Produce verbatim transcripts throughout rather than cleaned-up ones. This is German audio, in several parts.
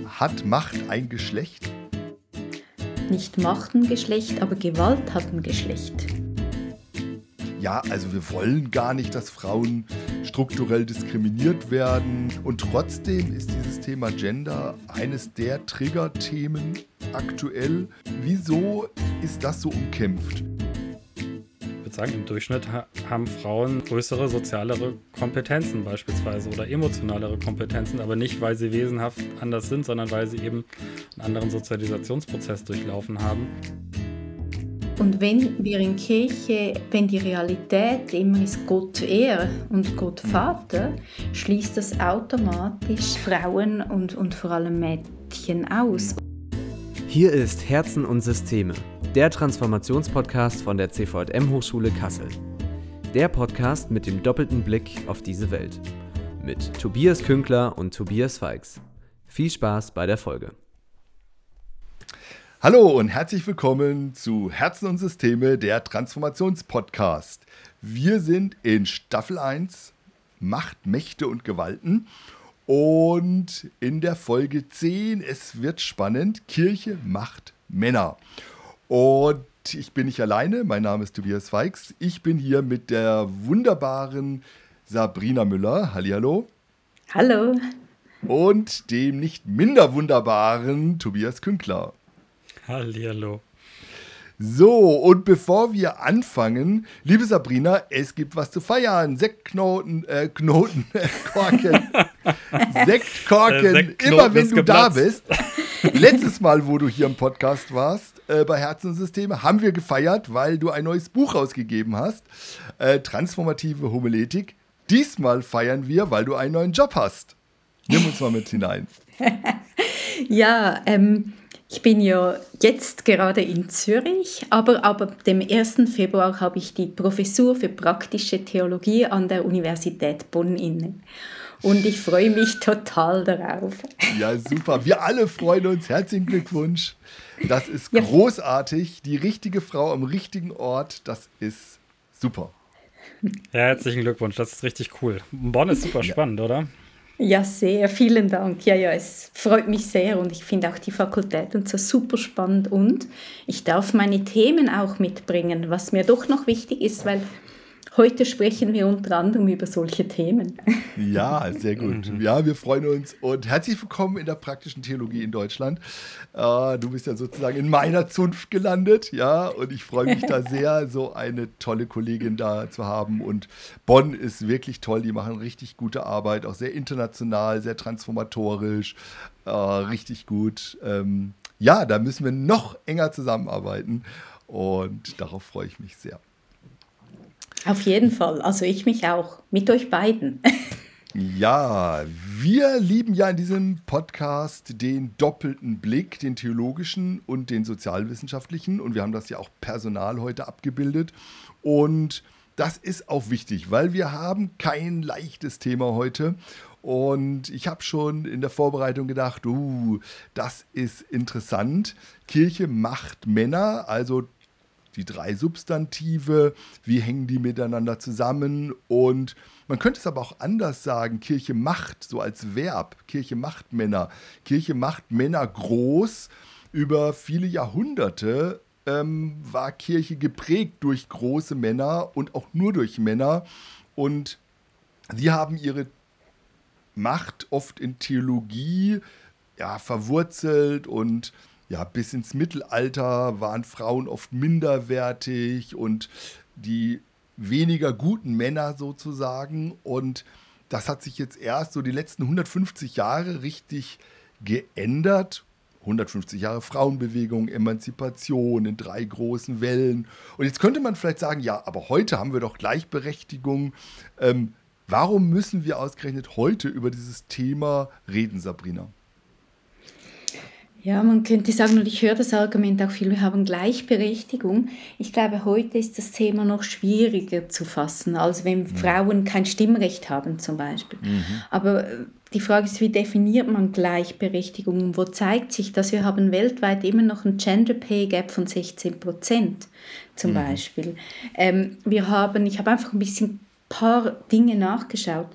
Hat Macht ein Geschlecht? Nicht Macht ein Geschlecht, aber Gewalt hat ein Geschlecht. Ja, also wir wollen gar nicht, dass Frauen strukturell diskriminiert werden. Und trotzdem ist dieses Thema Gender eines der Triggerthemen aktuell. Wieso ist das so umkämpft? Ich würde sagen, im Durchschnitt ha- haben Frauen größere sozialere Kompetenzen beispielsweise oder emotionalere Kompetenzen, aber nicht, weil sie wesenhaft anders sind, sondern weil sie eben einen anderen Sozialisationsprozess durchlaufen haben. Und wenn wir in Kirche, wenn die Realität immer ist Gott er und Gott Vater, schließt das automatisch Frauen und, und vor allem Mädchen aus. Hier ist Herzen und Systeme, der Transformationspodcast von der C V J M-Hochschule Kassel. Der Podcast mit dem doppelten Blick auf diese Welt. Mit Tobias Künkler und Tobias Feix. Viel Spaß bei der Folge. Hallo und herzlich willkommen zu Herzen und Systeme, der Transformationspodcast. Wir sind in Staffel eins, Macht, Mächte und Gewalten. Und in der Folge zehn, es wird spannend, Kirche, Macht, Männer. Und ich bin nicht alleine, mein Name ist Tobias Feix. Ich bin hier mit der wunderbaren Sabrina Müller. Hallihallo. Hallo. Und dem nicht minder wunderbaren Tobias Künkler. Hallihallo. So, und bevor wir anfangen, liebe Sabrina, es gibt was zu feiern. Sektknoten, äh, Knoten, äh, Korken, Sektkorken, Äh, Sektknoten immer wenn ist du geplatzt. da bist. Letztes Mal, wo du hier im Podcast warst, äh, bei Herzen und Systeme, haben wir gefeiert, weil du ein neues Buch rausgegeben hast, äh, Transformative Homiletik. Diesmal feiern wir, weil du einen neuen Job hast. Nimm uns mal mit hinein. Ja, ähm, ich bin ja jetzt gerade in Zürich, aber ab dem ersten Februar habe ich die Professur für praktische Theologie an der Universität Bonn inne. Und ich freue mich total darauf. Ja, super. Wir alle freuen uns. Herzlichen Glückwunsch. Das ist Ja. großartig. Die richtige Frau am richtigen Ort, das ist super. Ja, herzlichen Glückwunsch, das ist richtig cool. Bonn ist super spannend, oder? Ja, sehr, vielen Dank. Ja, ja, es freut mich sehr und ich finde auch die Fakultät und so super spannend und ich darf meine Themen auch mitbringen, was mir doch noch wichtig ist, weil heute sprechen wir unter anderem über solche Themen. Ja, sehr gut. Ja, wir freuen uns und herzlich willkommen in der praktischen Theologie in Deutschland. Äh, du bist ja sozusagen in meiner Zunft gelandet, ja, und ich freue mich da sehr, so eine tolle Kollegin da zu haben. Und Bonn ist wirklich toll, die machen richtig gute Arbeit, auch sehr international, sehr transformatorisch, äh, richtig gut. Ähm, ja, da müssen wir noch enger zusammenarbeiten und darauf freue ich mich sehr. Auf jeden Fall, also ich mich auch, mit euch beiden. Ja, wir lieben ja in diesem Podcast den doppelten Blick, den theologischen und den sozialwissenschaftlichen. Und wir haben das ja auch personal heute abgebildet. Und das ist auch wichtig, weil wir haben kein leichtes Thema heute. Und ich habe schon in der Vorbereitung gedacht, uh, das ist interessant. Kirche macht Männer, also die drei Substantive, wie hängen die miteinander zusammen? Und man könnte es aber auch anders sagen, Kirche macht, so als Verb, Kirche macht Männer. Kirche macht Männer groß. Über viele Jahrhunderte ähm, war Kirche geprägt durch große Männer und auch nur durch Männer. Und sie haben ihre Macht oft in Theologie ja, verwurzelt und ja, bis ins Mittelalter waren Frauen oft minderwertig und die weniger guten Männer sozusagen. Und das hat sich jetzt erst so die letzten hundertfünfzig Jahre richtig geändert. hundertfünfzig Jahre Frauenbewegung, Emanzipation in drei großen Wellen. Und jetzt könnte man vielleicht sagen, ja, aber heute haben wir doch Gleichberechtigung. Ähm, warum müssen wir ausgerechnet heute über dieses Thema reden, Sabrina? Ja, man könnte sagen, und ich höre das Argument auch viel, wir haben Gleichberechtigung. Ich glaube, heute ist das Thema noch schwieriger zu fassen, als wenn mhm. Frauen kein Stimmrecht haben zum Beispiel. Mhm. Aber die Frage ist, wie definiert man Gleichberechtigung und wo zeigt sich das? Wir haben weltweit immer noch ein Gender Pay Gap von sechzehn Prozent zum mhm. Beispiel. Ähm, wir haben, ich habe einfach ein bisschen paar Dinge nachgeschaut.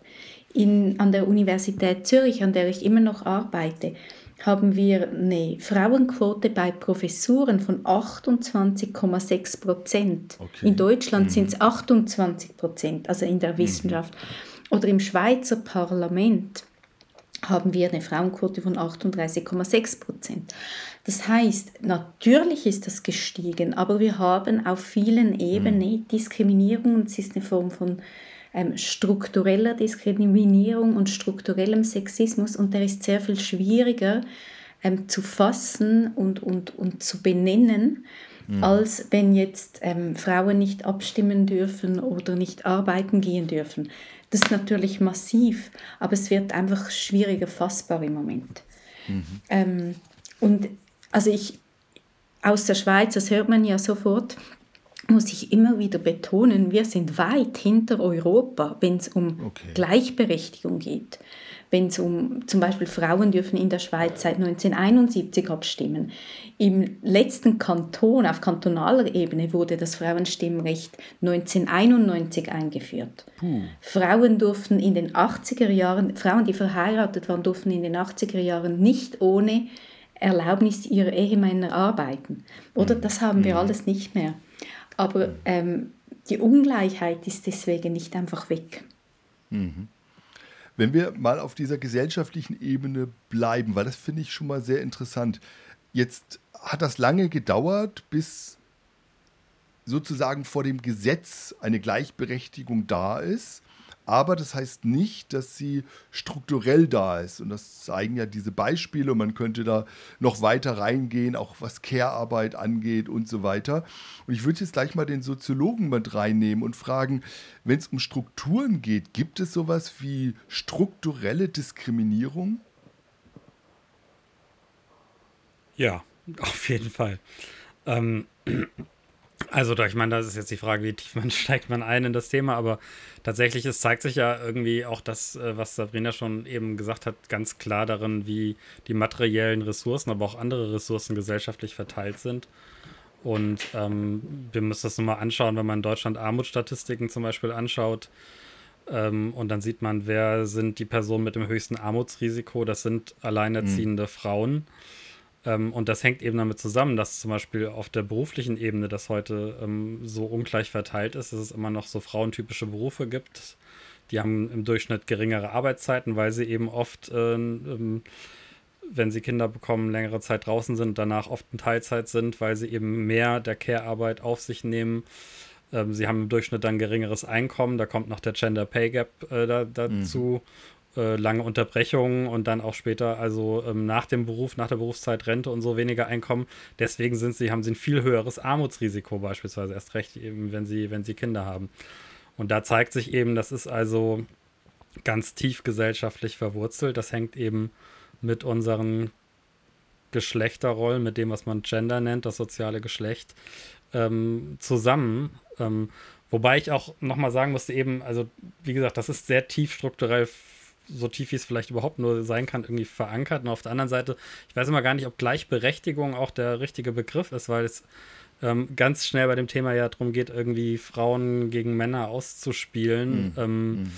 in, an der Universität Zürich, an der ich immer noch arbeite, haben wir eine Frauenquote bei Professuren von achtundzwanzig Komma sechs Prozent. Okay. In Deutschland mhm. sind es achtundzwanzig Prozent, also in der Wissenschaft. Mhm. Oder im Schweizer Parlament haben wir eine Frauenquote von achtunddreißig Komma sechs Prozent. Das heißt, natürlich ist das gestiegen, aber wir haben auf vielen Ebenen Diskriminierung, und es ist eine Form von ähm, struktureller Diskriminierung und strukturellem Sexismus, und der ist sehr viel schwieriger ähm, zu fassen und, und, und zu benennen, mhm. als wenn jetzt ähm, Frauen nicht abstimmen dürfen oder nicht arbeiten gehen dürfen. Das ist natürlich massiv, aber es wird einfach schwieriger fassbar im Moment. Mhm. Ähm, und also ich, aus der Schweiz, das hört man ja sofort, muss ich immer wieder betonen, wir sind weit hinter Europa, wenn es um okay. Gleichberechtigung geht. Wenn es um, zum Beispiel Frauen dürfen in der Schweiz seit neunzehnhunderteinundsiebzig abstimmen. Im letzten Kanton, auf kantonaler Ebene, wurde das Frauenstimmrecht neunzehnhunderteinundneunzig eingeführt. Puh. Frauen durften in den achtziger Jahren, Frauen, die verheiratet waren, durften in den achtziger Jahren nicht ohne Erlaubnis ihrer Ehemänner arbeiten. Oder das haben wir alles nicht mehr. Aber ähm, die Ungleichheit ist deswegen nicht einfach weg. Mhm. Wenn wir mal auf dieser gesellschaftlichen Ebene bleiben, weil das finde ich schon mal sehr interessant. Jetzt hat das lange gedauert, bis sozusagen vor dem Gesetz eine Gleichberechtigung da ist. Aber das heißt nicht, dass sie strukturell da ist. Und das zeigen ja diese Beispiele. Und man könnte da noch weiter reingehen, auch was Care-Arbeit angeht und so weiter. Und ich würde jetzt gleich mal den Soziologen mit reinnehmen und fragen, wenn es um Strukturen geht, gibt es sowas wie strukturelle Diskriminierung? Ja, auf jeden Fall. Ähm... Also, ich meine, das ist jetzt die Frage, wie tief man steigt man ein in das Thema, aber tatsächlich, es zeigt sich ja irgendwie auch das, was Sabrina schon eben gesagt hat, ganz klar darin, wie die materiellen Ressourcen, aber auch andere Ressourcen gesellschaftlich verteilt sind. Und ähm, wir müssen das nochmal anschauen, wenn man in Deutschland Armutsstatistiken zum Beispiel anschaut, ähm, und dann sieht man, wer sind die Personen mit dem höchsten Armutsrisiko, das sind alleinerziehende mhm. Frauen. Ähm, und das hängt eben damit zusammen, dass zum Beispiel auf der beruflichen Ebene das heute ähm, so ungleich verteilt ist, dass es immer noch so frauentypische Berufe gibt. Die haben im Durchschnitt geringere Arbeitszeiten, weil sie eben oft, äh, ähm, wenn sie Kinder bekommen, längere Zeit draußen sind, danach oft in Teilzeit sind, weil sie eben mehr der Care-Arbeit auf sich nehmen. Ähm, sie haben im Durchschnitt dann geringeres Einkommen, da kommt noch der Gender Pay Gap äh, da, dazu. Mhm. Äh, lange Unterbrechungen und dann auch später, also ähm, nach dem Beruf, nach der Berufszeit Rente und so weniger Einkommen. Deswegen sind sie, haben sie ein viel höheres Armutsrisiko beispielsweise, erst recht eben, wenn sie, wenn sie Kinder haben. Und da zeigt sich eben, das ist also ganz tief gesellschaftlich verwurzelt. Das hängt eben mit unseren Geschlechterrollen, mit dem, was man Gender nennt, das soziale Geschlecht, ähm, zusammen. Ähm, wobei ich auch nochmal sagen musste eben, also wie gesagt, das ist sehr tief strukturell, so tief wie es vielleicht überhaupt nur sein kann, irgendwie verankert. Und auf der anderen Seite, ich weiß immer gar nicht, ob Gleichberechtigung auch der richtige Begriff ist, weil es ähm, ganz schnell bei dem Thema ja darum geht, irgendwie Frauen gegen Männer auszuspielen. Mhm. Ähm, mhm.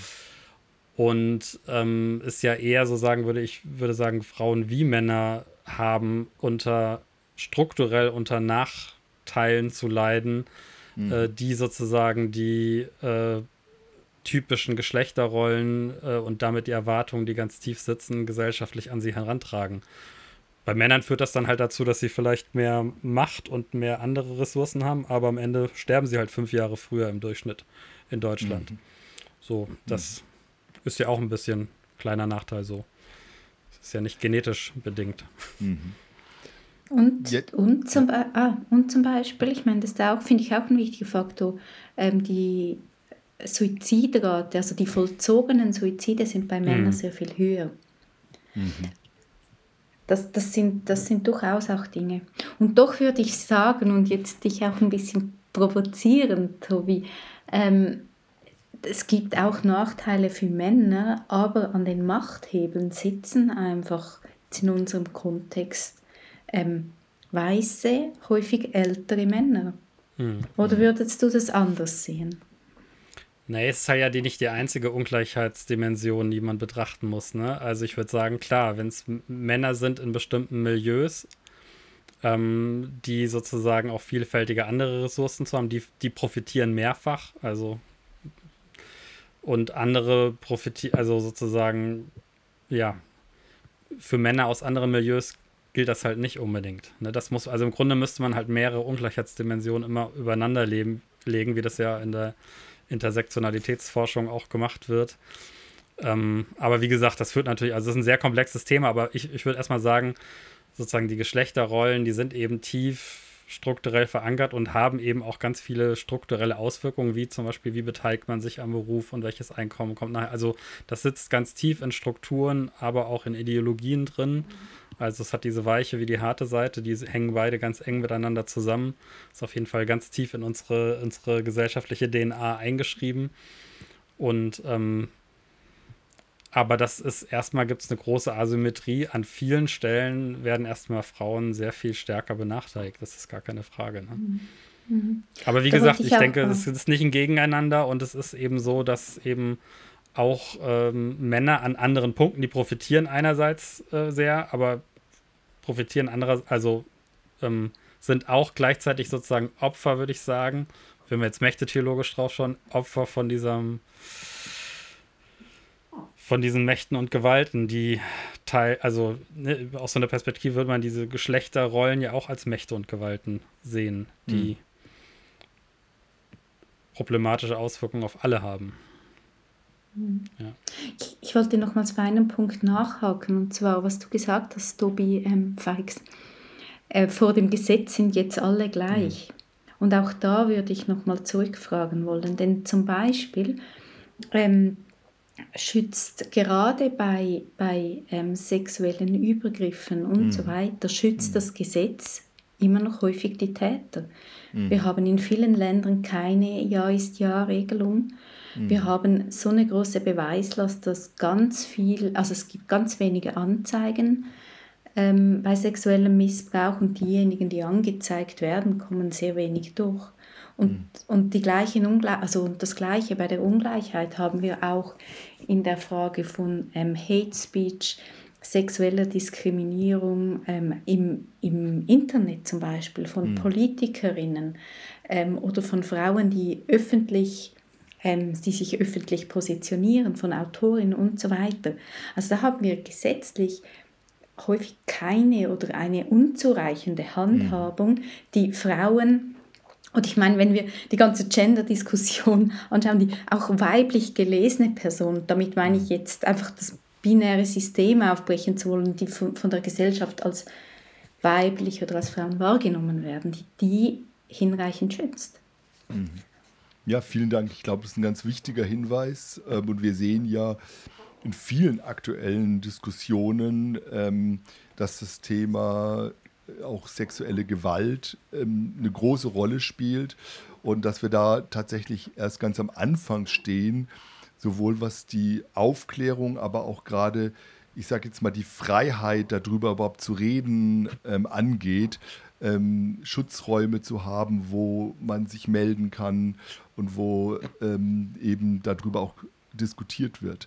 Und ähm, es ja eher so sagen würde, ich würde sagen, Frauen wie Männer haben unter strukturell unter Nachteilen zu leiden, mhm. äh, die sozusagen die äh, typischen Geschlechterrollen äh, und damit die Erwartungen, die ganz tief sitzen, gesellschaftlich an sie herantragen. Bei Männern führt das dann halt dazu, dass sie vielleicht mehr Macht und mehr andere Ressourcen haben, aber am Ende sterben sie halt fünf Jahre früher im Durchschnitt in Deutschland. Mhm. So, das mhm. ist ja auch ein bisschen kleiner Nachteil so. Das ist ja nicht genetisch bedingt. Mhm. Und, ja. und, zum, ah, und zum Beispiel, ich meine, das ist auch, finde ich auch ein wichtiger Faktor, ähm, die Suizidrate, also die vollzogenen Suizide sind bei Männern mhm. sehr viel höher. Mhm. Das, das, sind, das sind durchaus auch Dinge. Und doch würde ich sagen, und jetzt dich auch ein bisschen provozieren, Tobi, ähm, es gibt auch Nachteile für Männer, aber an den Machthebeln sitzen einfach in unserem Kontext ähm, weiße, häufig ältere Männer. Mhm. Oder würdest du das anders sehen? Nee, es ist halt ja die, nicht die einzige Ungleichheitsdimension, die man betrachten muss. Ne? Also ich würde sagen, klar, wenn es Männer sind in bestimmten Milieus, ähm, die sozusagen auch vielfältige andere Ressourcen zu haben, die, die profitieren mehrfach. Also und andere profitieren, also sozusagen, ja, für Männer aus anderen Milieus gilt das halt nicht unbedingt. Ne? Das muss, also im Grunde müsste man halt mehrere Ungleichheitsdimensionen immer übereinander leben, legen, wie das ja in der Intersektionalitätsforschung auch gemacht wird. Ähm, aber wie gesagt, das führt natürlich, also das ist ein sehr komplexes Thema, aber ich, ich würde erstmal sagen, sozusagen die Geschlechterrollen, die sind eben tief strukturell verankert und haben eben auch ganz viele strukturelle Auswirkungen, wie zum Beispiel, wie beteiligt man sich am Beruf und welches Einkommen kommt nachher. Also das sitzt ganz tief in Strukturen, aber auch in Ideologien drin. Also es hat diese weiche wie die harte Seite, die hängen beide ganz eng miteinander zusammen. Ist auf jeden Fall ganz tief in unsere, unsere gesellschaftliche D N A eingeschrieben. Und ähm, aber das ist, erstmal gibt es eine große Asymmetrie. An vielen Stellen werden erstmal Frauen sehr viel stärker benachteiligt. Das ist gar keine Frage. Ne? Mhm. Aber wie Da gesagt, wollte ich, ich auch, denke, äh, es ist nicht ein Gegeneinander und es ist eben so, dass eben auch ähm, Männer an anderen Punkten, die profitieren einerseits äh, sehr, aber profitieren andererseits, also ähm, sind auch gleichzeitig sozusagen Opfer, würde ich sagen, wenn wir jetzt mächtetheologisch drauf schauen, Opfer von diesem von diesen Mächten und Gewalten, die Teil, also ne, aus so einer Perspektive würde man diese Geschlechterrollen ja auch als Mächte und Gewalten sehen, die hm. problematische Auswirkungen auf alle haben. Mhm. Ja. Ich, ich wollte nochmals bei einem Punkt nachhaken, und zwar, was du gesagt hast, Tobi ähm, Feix. Äh, vor dem Gesetz sind jetzt alle gleich. Mhm. Und auch da würde ich nochmal zurückfragen wollen, denn zum Beispiel ähm, schützt gerade bei, bei ähm, sexuellen Übergriffen und mhm. so weiter, schützt mhm. das Gesetz immer noch häufig die Täter. Mhm. Wir haben in vielen Ländern keine Ja-ist-Ja-Regelung. Mhm. Wir haben so eine große Beweislast, dass ganz viel, also es gibt ganz wenige Anzeigen ähm, bei sexuellem Missbrauch und diejenigen, die angezeigt werden, kommen sehr wenig durch. Und, mhm. und die gleichen Ungle- also das Gleiche bei der Ungleichheit haben wir auch in der Frage von ähm, Hate Speech, sexueller Diskriminierung ähm, im, im Internet zum Beispiel von mhm. Politikerinnen ähm, oder von Frauen, die öffentlich, ähm, die sich öffentlich positionieren, von Autorinnen und so weiter. Also da haben wir gesetzlich häufig keine oder eine unzureichende Handhabung, mhm. die Frauen, und ich meine, wenn wir die ganze Gender-Diskussion anschauen, die auch weiblich gelesene Personen, damit meine ich jetzt einfach das binäre System aufbrechen zu wollen, die von, von der Gesellschaft als weiblich oder als Frauen wahrgenommen werden, die die hinreichend schützt. Mhm. Ja, vielen Dank. Ich glaube, das ist ein ganz wichtiger Hinweis. Und wir sehen ja in vielen aktuellen Diskussionen, ähm, dass das Thema auch sexuelle Gewalt ähm, eine große Rolle spielt und dass wir da tatsächlich erst ganz am Anfang stehen, sowohl was die Aufklärung, aber auch gerade, ich sage jetzt mal, die Freiheit, darüber überhaupt zu reden, ähm, angeht, ähm, Schutzräume zu haben, wo man sich melden kann und wo ähm, eben darüber auch diskutiert wird.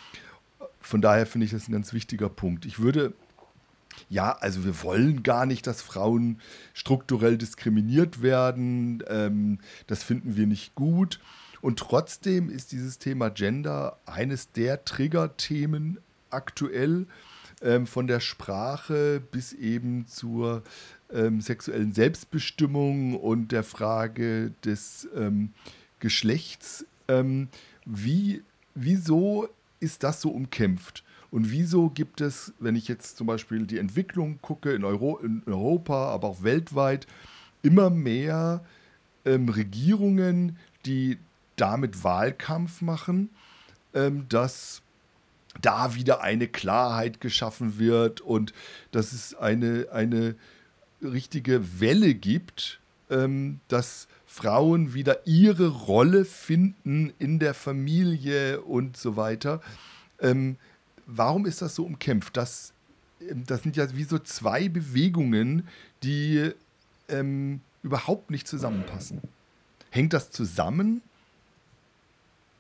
Von daher finde ich das ein ganz wichtiger Punkt. Ich würde, ja, also wir wollen gar nicht, dass Frauen strukturell diskriminiert werden. Ähm, das finden wir nicht gut. Und trotzdem ist dieses Thema Gender eines der Triggerthemen aktuell, ähm, von der Sprache bis eben zur ähm, sexuellen Selbstbestimmung und der Frage des ähm, Geschlechts. Ähm, wie, wieso ist das so umkämpft? Und wieso gibt es, wenn ich jetzt zum Beispiel die Entwicklung gucke in, Euro, in Europa, aber auch weltweit, immer mehr ähm, Regierungen, die damit Wahlkampf machen, ähm, dass da wieder eine Klarheit geschaffen wird und dass es eine, eine richtige Welle gibt, ähm, dass Frauen wieder ihre Rolle finden in der Familie und so weiter. Ähm, warum ist das so umkämpft? Das, das sind ja wie so zwei Bewegungen, die ähm, überhaupt nicht zusammenpassen. Hängt das zusammen?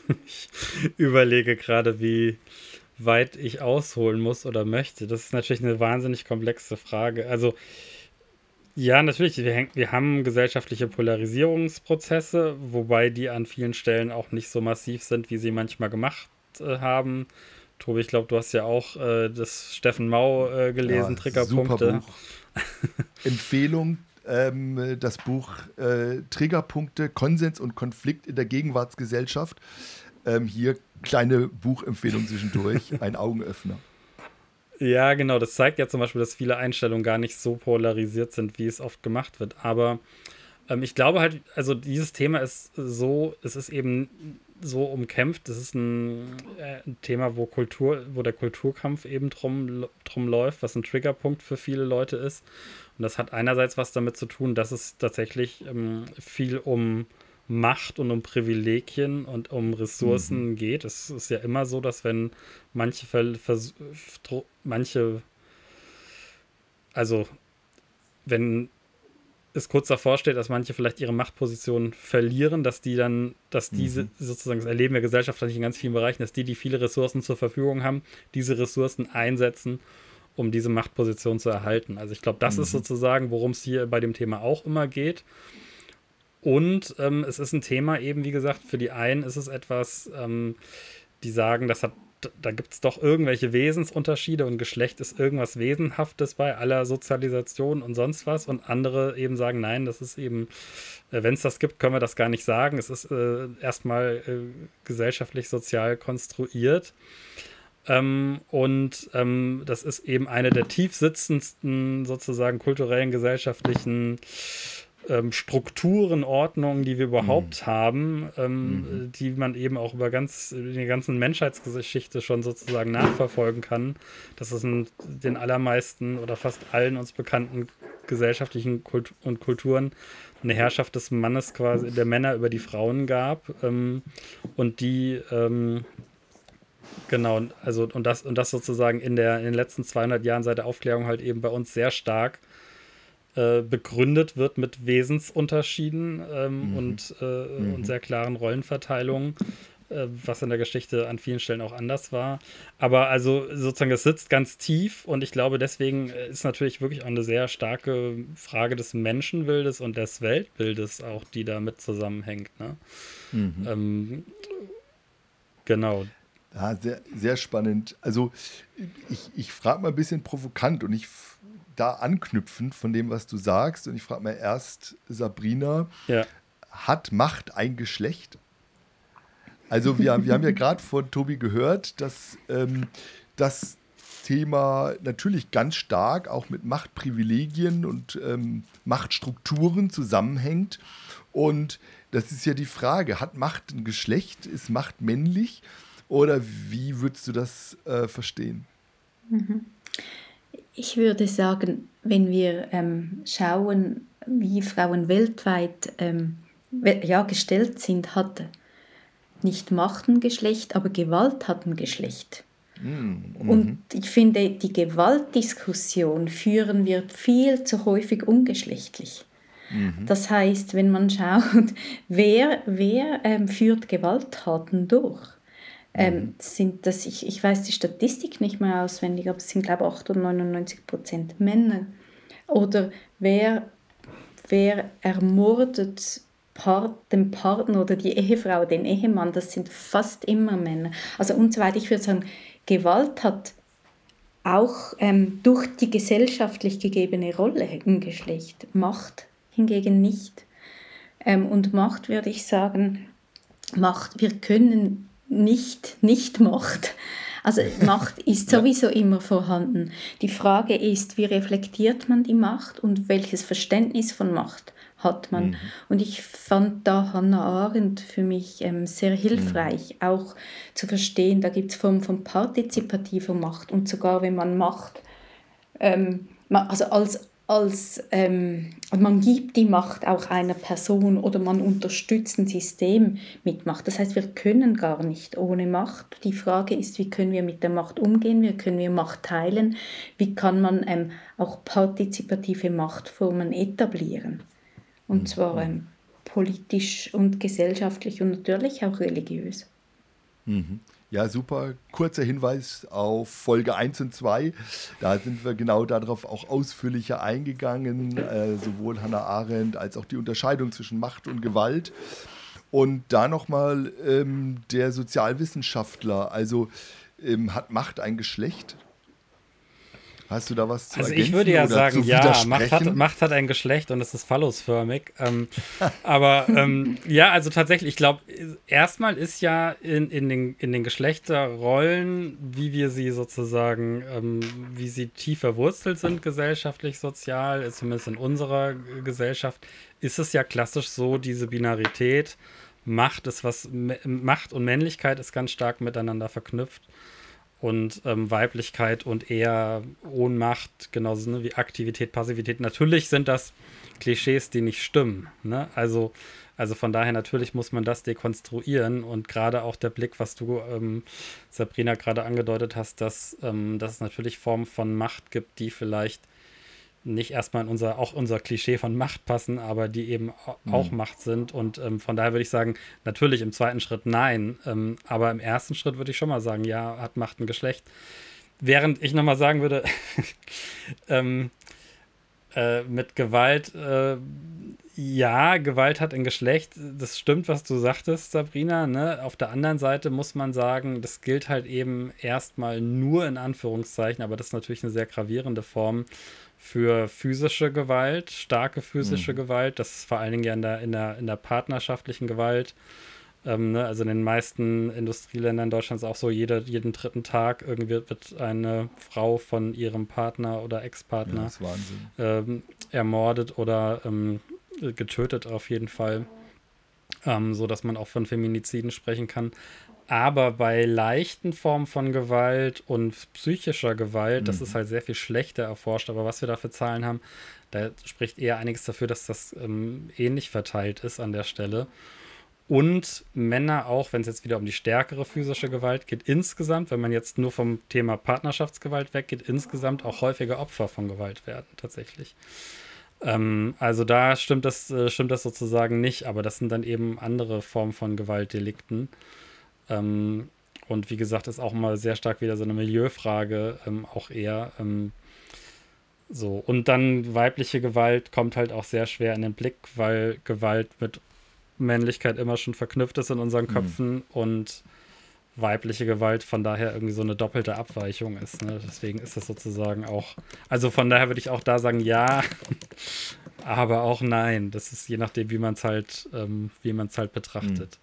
Ich überlege gerade, wie weit ich ausholen muss oder möchte. Das ist natürlich eine wahnsinnig komplexe Frage. Also ja, natürlich, wir, häng, wir haben gesellschaftliche Polarisierungsprozesse, wobei die an vielen Stellen auch nicht so massiv sind, wie sie manchmal gemacht äh, haben. Tobi, ich glaube, du hast ja auch äh, das Steffen Mau äh, gelesen, ja, Triggerpunkte. Super Buch. Empfehlung, ähm, das Buch äh, Triggerpunkte, Konsens und Konflikt in der Gegenwartsgesellschaft. Ähm, hier kleine Buchempfehlung zwischendurch, ein Augenöffner. Ja, genau, das zeigt ja zum Beispiel, dass viele Einstellungen gar nicht so polarisiert sind, wie es oft gemacht wird. Aber ähm, ich glaube halt, also dieses Thema ist so, es ist eben so umkämpft, es ist ein, äh, ein Thema, wo Kultur, wo der Kulturkampf eben drum, drum läuft, was ein Triggerpunkt für viele Leute ist. Und das hat einerseits was damit zu tun, dass es tatsächlich ähm, viel um Macht und um Privilegien und um Ressourcen mhm. geht. Es ist ja immer so, dass wenn manche Fälle, vers- manche, also wenn es kurz davor steht, dass manche vielleicht ihre Machtposition verlieren, dass die dann, dass diese mhm. sozusagen, das erleben wir gesellschaftlich in ganz vielen Bereichen, dass die, die viele Ressourcen zur Verfügung haben, diese Ressourcen einsetzen, um diese Machtposition zu erhalten. Also ich glaube, das mhm. ist sozusagen, worum es hier bei dem Thema auch immer geht. Und ähm, es ist ein Thema eben, wie gesagt, für die einen ist es etwas, ähm, die sagen, das hat, da gibt es doch irgendwelche Wesensunterschiede und Geschlecht ist irgendwas Wesenhaftes bei aller Sozialisation und sonst was. Und andere eben sagen, nein, das ist eben, äh, wenn es das gibt, können wir das gar nicht sagen. Es ist äh, erstmal äh, gesellschaftlich, sozial konstruiert. Ähm, und ähm, das ist eben eine der tiefsitzendsten sozusagen kulturellen, gesellschaftlichen Ähm, Strukturen, Ordnungen, die wir überhaupt mhm. haben, ähm, mhm. die man eben auch über ganz die ganzen Menschheitsgeschichte schon sozusagen nachverfolgen kann. Das ist in den allermeisten oder fast allen uns bekannten gesellschaftlichen Kult- und Kulturen eine Herrschaft des Mannes quasi, der Männer über die Frauen gab ähm, und die ähm, genau, also und das und das sozusagen in der in den letzten zweihundert Jahren seit der Aufklärung halt eben bei uns sehr stark begründet wird mit Wesensunterschieden ähm, mhm. und, äh, mhm. und sehr klaren Rollenverteilungen, äh, was in der Geschichte an vielen Stellen auch anders war. Aber also sozusagen, es sitzt ganz tief und ich glaube, deswegen ist natürlich wirklich auch eine sehr starke Frage des Menschenbildes und des Weltbildes auch, die damit zusammenhängt. Ne? Mhm. Ähm, genau. Ja, sehr, sehr spannend. Also ich, ich frage mal ein bisschen provokant und ich da anknüpfend von dem, was du sagst. Und ich frage mal erst, Sabrina, ja. Hat Macht ein Geschlecht? Also wir, wir haben ja gerade von Tobi gehört, dass ähm, das Thema natürlich ganz stark auch mit Machtprivilegien und ähm, Machtstrukturen zusammenhängt. Und das ist ja die Frage, hat Macht ein Geschlecht? Ist Macht männlich? Oder wie würdest du das äh, verstehen? Mhm. Ich würde sagen, wenn wir ähm, schauen, wie Frauen weltweit ähm, ja, gestellt sind, hat nicht Macht ein Geschlecht, aber Gewalt hat ein Geschlecht. Mm-hmm. Und ich finde, die Gewaltdiskussion führen wir viel zu häufig ungeschlechtlich. Mm-hmm. Das heißt, wenn man schaut, wer, wer ähm, führt Gewalttaten durch? Ähm, sind das, ich, ich weiß die Statistik nicht mehr auswendig, aber es sind, glaube ich, acht oder neunundneunzig Prozent Männer. Oder wer, wer ermordet Part, den Partner oder die Ehefrau, den Ehemann, das sind fast immer Männer. Also und so weiter. Ich würde sagen, Gewalt hat auch ähm, durch die gesellschaftlich gegebene Rolle ein Geschlecht, Macht hingegen nicht. Ähm, und Macht würde ich sagen, Macht, wir können nicht, nicht Macht. Also Macht ist sowieso immer vorhanden. Die Frage ist, wie reflektiert man die Macht und welches Verständnis von Macht hat man. Mhm. Und ich fand da Hannah Arendt für mich ähm, sehr hilfreich, mhm. auch zu verstehen, da gibt es Formen von partizipativer Macht und sogar wenn man Macht, ähm, also als Als ähm, man gibt die Macht auch einer Person oder man unterstützt ein System mit Macht. Das heißt, wir können gar nicht ohne Macht. Die Frage ist, wie können wir mit der Macht umgehen, wie können wir Macht teilen, wie kann man ähm, auch partizipative Machtformen etablieren. Und zwar ähm, politisch und gesellschaftlich und natürlich auch religiös. Mhm. Ja, super. Kurzer Hinweis auf Folge eins und zwei. Da sind wir genau darauf auch ausführlicher eingegangen, äh, sowohl Hannah Arendt als auch die Unterscheidung zwischen Macht und Gewalt. Und da nochmal ähm, der Sozialwissenschaftler, also ähm, hat Macht ein Geschlecht? Hast du da was zu Also ergänzen ich würde ja oder sagen, zu ja, Macht hat, widersprechen? Macht hat ein Geschlecht und es ist phallusförmig. Ähm, aber ähm, ja, also tatsächlich, ich glaube, erstmal ist ja in, in, den, in den Geschlechterrollen, wie wir sie sozusagen, ähm, wie sie tief verwurzelt sind, gesellschaftlich, sozial, zumindest in unserer Gesellschaft, ist es ja klassisch so, diese Binarität, Macht ist was, Macht und Männlichkeit ist ganz stark miteinander verknüpft. Und ähm, Weiblichkeit und eher Ohnmacht, genauso ne, wie Aktivität, Passivität. Natürlich sind das Klischees, die nicht stimmen. Ne? Also, also von daher natürlich muss man das dekonstruieren. Und gerade auch der Blick, was du, ähm, Sabrina, gerade angedeutet hast, dass, ähm, dass es natürlich Formen von Macht gibt, die vielleicht nicht erstmal in unser, auch unser Klischee von Macht passen, aber die eben auch mhm. Macht sind. Und ähm, von daher würde ich sagen, natürlich im zweiten Schritt nein. Ähm, aber im ersten Schritt würde ich schon mal sagen, ja, hat Macht ein Geschlecht. Während ich nochmal sagen würde, ähm, äh, mit Gewalt, äh, ja, Gewalt hat ein Geschlecht. Das stimmt, was du sagtest, Sabrina. Ne? Auf der anderen Seite muss man sagen, das gilt halt eben erstmal nur in Anführungszeichen, aber das ist natürlich eine sehr gravierende Form für physische Gewalt, starke physische mhm. Gewalt. Das ist vor allen Dingen ja in der, in der, in der partnerschaftlichen Gewalt. Ähm, ne? Also in den meisten Industrieländern Deutschlands auch so, jede, jeden dritten Tag irgendwie wird eine Frau von ihrem Partner oder Ex-Partner ja, das ist Wahnsinn. Ähm, ermordet oder ähm, getötet auf jeden Fall. Ähm, so dass man auch von Feminiziden sprechen kann. Aber bei leichten Formen von Gewalt und psychischer Gewalt, mhm. das ist halt sehr viel schlechter erforscht. Aber was wir da für Zahlen haben, da spricht eher einiges dafür, dass das ähm, ähnlich verteilt ist an der Stelle. Und Männer auch, wenn es jetzt wieder um die stärkere physische Gewalt geht, insgesamt, wenn man jetzt nur vom Thema Partnerschaftsgewalt weggeht, insgesamt auch häufiger Opfer von Gewalt werden, tatsächlich. Ähm, also da stimmt das, äh, stimmt das sozusagen nicht, aber das sind dann eben andere Formen von Gewaltdelikten. Ähm, und wie gesagt, ist auch mal sehr stark wieder so eine Milieufrage, ähm, auch eher ähm, so. Und dann weibliche Gewalt kommt halt auch sehr schwer in den Blick, weil Gewalt mit Männlichkeit immer schon verknüpft ist in unseren Köpfen mhm. und weibliche Gewalt von daher irgendwie so eine doppelte Abweichung ist. Ne? Deswegen ist das sozusagen auch, also von daher würde ich auch da sagen, ja, aber auch nein. Das ist je nachdem, wie man es halt, ähm, wie man es halt betrachtet. Mhm.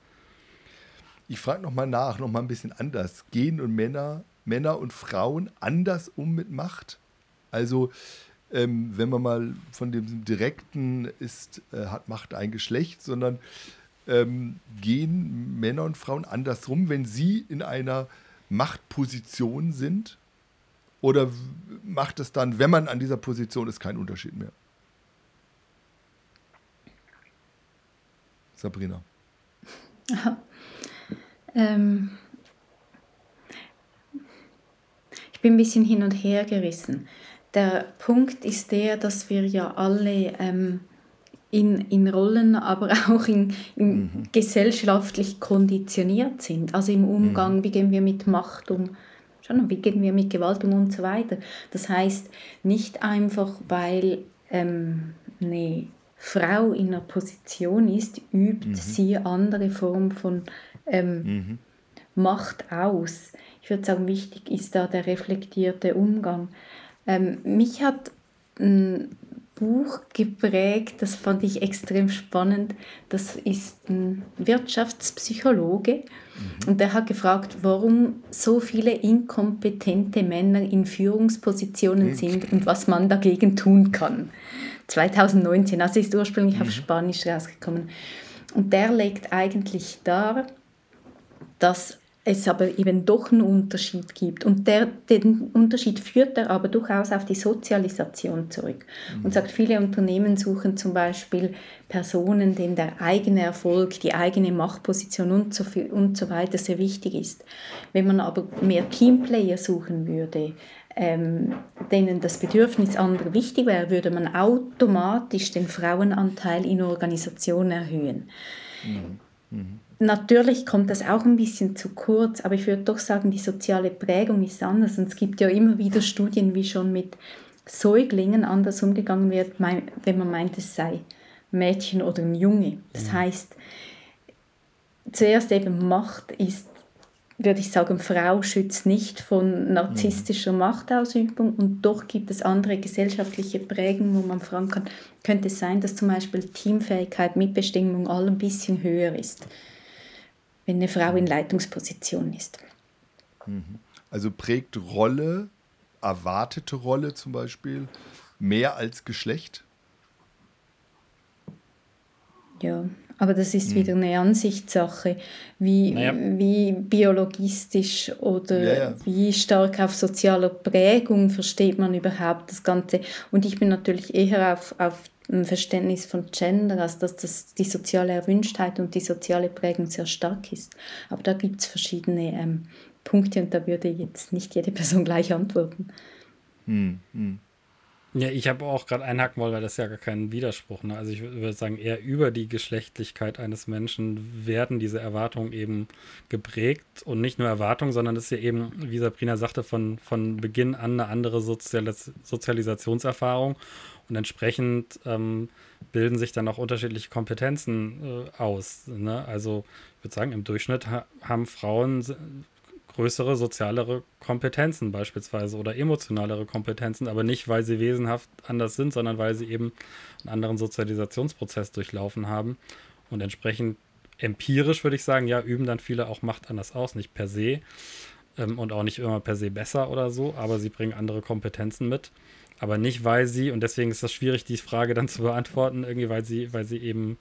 Ich frage nochmal nach, nochmal ein bisschen anders. Gehen und Männer, Männer und Frauen anders um mit Macht? Also, ähm, wenn man mal von dem direkten ist, äh, hat Macht ein Geschlecht, sondern ähm, gehen Männer und Frauen anders rum, wenn sie in einer Machtposition sind? Oder macht es dann, wenn man an dieser Position ist, keinen Unterschied mehr? Sabrina. Aha. Ähm, ich bin ein bisschen hin und her gerissen. Der Punkt ist der, dass wir ja alle ähm, in, in Rollen, aber auch in, in mhm. gesellschaftlich konditioniert sind. Also im Umgang, mhm. wie gehen wir mit Macht um, schon, wie gehen wir mit Gewalt um und so weiter. Das heißt, nicht einfach, weil ähm, eine Frau in einer Position ist, übt mhm. sie andere Form von ähm, mhm. Macht aus. Ich würde sagen, wichtig ist da der reflektierte Umgang. Ähm, mich hat ein Buch geprägt, das fand ich extrem spannend. Das ist ein Wirtschaftspsychologe mhm. und der hat gefragt, warum so viele inkompetente Männer in Führungspositionen mhm. sind und was man dagegen tun kann. zwanzig neunzehn, also ist ursprünglich mhm. auf Spanisch rausgekommen. Und der legt eigentlich dar, dass es aber eben doch einen Unterschied gibt. Und der, den Unterschied führt er aber durchaus auf die Sozialisation zurück. Mhm. Und sagt, viele Unternehmen suchen zum Beispiel Personen, denen der eigene Erfolg, die eigene Machtposition und so, viel, und so weiter sehr wichtig ist. Wenn man aber mehr Teamplayer suchen würde, ähm, denen das Bedürfnis anderer wichtig wäre, würde man automatisch den Frauenanteil in Organisationen erhöhen. Mhm. Mhm. natürlich kommt das auch ein bisschen zu kurz, aber ich würde doch sagen, die soziale Prägung ist anders. Und es gibt ja immer wieder Studien, wie schon mit Säuglingen anders umgegangen wird, wenn man meint, es sei ein Mädchen oder ein Junge. Das heißt, zuerst eben Macht ist, würde ich sagen, Frau schützt nicht von narzisstischer Machtausübung, und doch gibt es andere gesellschaftliche Prägungen, wo man fragen kann, könnte es sein, dass zum Beispiel Teamfähigkeit, Mitbestimmung all ein bisschen höher ist, wenn eine Frau in Leitungsposition ist. Also prägt Rolle, erwartete Rolle zum Beispiel, mehr als Geschlecht? Ja, aber das ist wieder eine Ansichtssache, wie, Naja. wie biologistisch oder Ja, ja. wie stark auf sozialer Prägung versteht man überhaupt das Ganze. Und ich bin natürlich eher auf, auf ein Verständnis von Gender, als dass das die soziale Erwünschtheit und die soziale Prägung sehr stark ist. Aber da gibt es verschiedene ähm, Punkte, und da würde jetzt nicht jede Person gleich antworten. Hm, hm. Ja, ich habe auch gerade einhaken wollen, weil das ist ja gar kein Widerspruch. Ne? Also ich würde sagen, eher über die Geschlechtlichkeit eines Menschen werden diese Erwartungen eben geprägt. Und nicht nur Erwartungen, sondern es ist ja eben, wie Sabrina sagte, von, von Beginn an eine andere Sozialis- Sozialisationserfahrung. Und entsprechend ähm, bilden sich dann auch unterschiedliche Kompetenzen äh, aus. Ne? Also ich würde sagen, im Durchschnitt ha- haben Frauen größere sozialere Kompetenzen beispielsweise oder emotionalere Kompetenzen, aber nicht, weil sie wesenhaft anders sind, sondern weil sie eben einen anderen Sozialisationsprozess durchlaufen haben. Und entsprechend empirisch würde ich sagen, ja, üben dann viele auch Macht anders aus, nicht per se ähm, und auch nicht immer per se besser oder so, aber sie bringen andere Kompetenzen mit. Aber nicht, weil sie, und deswegen ist das schwierig, die Frage dann zu beantworten, irgendwie, weil sie, weil sie eben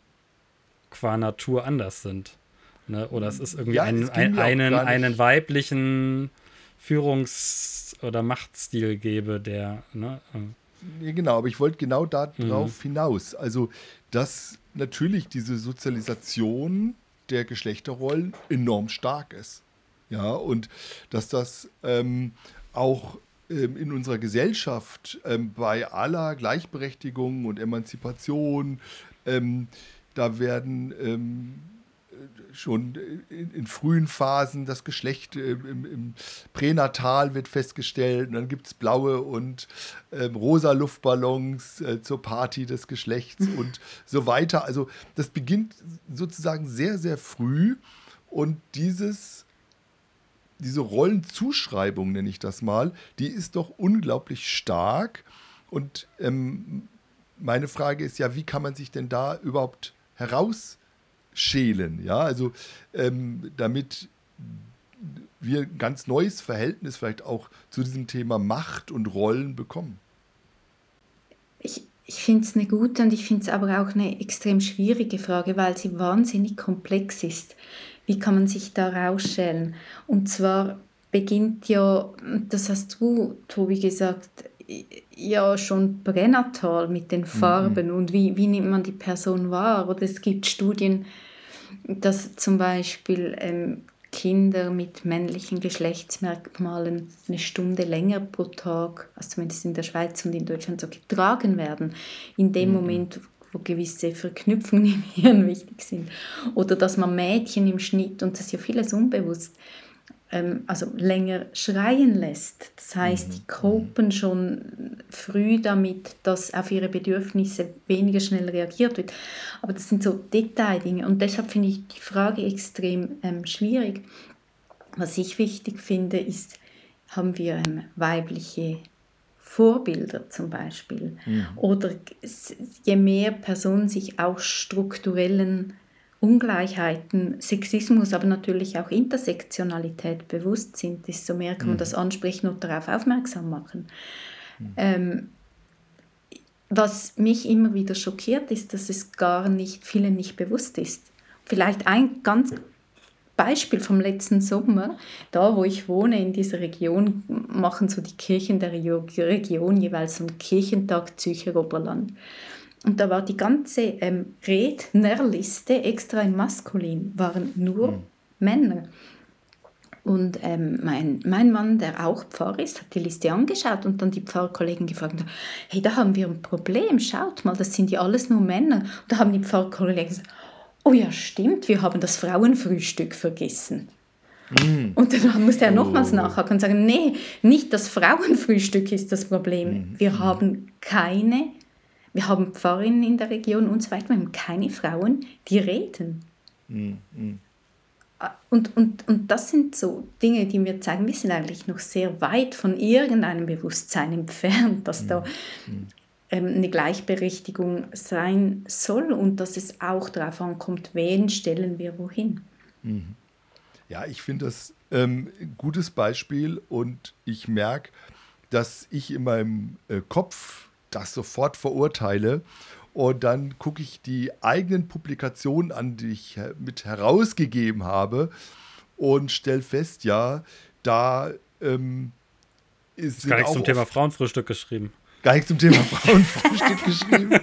qua Natur anders sind. Ne? Oder es ist irgendwie Ja, ein, es ging ein, mir auch einen, gar nicht- einen weiblichen Führungs- oder Machtstil gebe, der, ne? Ja, genau, aber ich wollte genau darauf hinaus. Also, dass natürlich diese Sozialisation der Geschlechterrollen enorm stark ist. Ja, und dass das ähm, auch ähm, in unserer Gesellschaft ähm, bei aller Gleichberechtigung und Emanzipation, ähm, da werden ähm, schon in, in frühen Phasen das Geschlecht äh, im, im Pränatal wird festgestellt, und dann gibt es blaue und ähm, rosa Luftballons äh, zur Party des Geschlechts und so weiter. Also das beginnt sozusagen sehr, sehr früh, und dieses, diese Rollenzuschreibung, nenne ich das mal, die ist doch unglaublich stark. Und ähm, meine Frage ist ja, wie kann man sich denn da überhaupt heraus schälen, ja, also ähm, damit wir ein ganz neues Verhältnis vielleicht auch zu diesem Thema Macht und Rollen bekommen. Ich, ich finde es eine gute, und ich finde es aber auch eine extrem schwierige Frage, weil sie wahnsinnig komplex ist. Wie kann man sich da rausschälen? Und zwar beginnt ja, das hast du, Tobi, gesagt, ja schon pränatal mit den Farben, und wie, wie nimmt man die Person wahr? Oder es gibt Studien, dass zum Beispiel ähm, Kinder mit männlichen Geschlechtsmerkmalen eine Stunde länger pro Tag, also zumindest in der Schweiz und in Deutschland, so getragen werden, in dem mhm. Moment, wo gewisse Verknüpfungen im Hirn wichtig sind. Oder dass man Mädchen im Schnitt, und das ist ja vieles unbewusst, also länger schreien lässt. Das heißt, die kopen schon früh damit, dass auf ihre Bedürfnisse weniger schnell reagiert wird. Aber das sind so Detaildinge, und deshalb finde ich die Frage extrem ähm, schwierig. Was ich wichtig finde, ist, haben wir ähm, weibliche Vorbilder zum Beispiel? Mhm. Oder je mehr Personen sich auch strukturellen Ungleichheiten, Sexismus, aber natürlich auch Intersektionalität bewusst sind, desto mehr kann man das ansprechen und darauf aufmerksam machen. Mhm. Ähm, was mich immer wieder schockiert, ist, dass es gar nicht vielen nicht bewusst ist. Vielleicht ein ganz Beispiel vom letzten Sommer, da wo ich wohne, in dieser Region, machen so die Kirchen der Region jeweils so einen Kirchentag Zürcher Oberland. Und da war die ganze ähm, Rednerliste extra in Maskulin, waren nur mhm. Männer. Und ähm, mein, mein Mann, der auch Pfarrer ist, hat die Liste angeschaut und dann die Pfarrkollegen gefragt, hey, da haben wir ein Problem, schaut mal, das sind ja alles nur Männer. Und da haben die Pfarrkollegen gesagt, oh ja, stimmt, wir haben das Frauenfrühstück vergessen. Mm. Und dann musste er nochmals oh. nachhaken und sagen, nee, nicht das Frauenfrühstück ist das Problem. Mm. Wir mm. haben keine, wir haben Pfarrerinnen in der Region und so weiter, wir haben keine Frauen, die reden. Mm. Mm. Und, und, und das sind so Dinge, die mir zeigen, wir sind eigentlich noch sehr weit von irgendeinem Bewusstsein entfernt, dass mm. da mm. ähm, eine Gleichberechtigung sein soll und dass es auch darauf ankommt, wen stellen wir wohin. Mm. Ja, ich finde das ähm, ein gutes Beispiel und ich merke, dass ich in meinem äh, Kopf das sofort verurteile und dann gucke ich die eigenen Publikationen an, die ich mit herausgegeben habe und stelle fest, ja, da ähm, ist... Ist gar nichts zum Thema Frauenfrühstück geschrieben. Gar nichts zum Thema Frauenfrühstück geschrieben.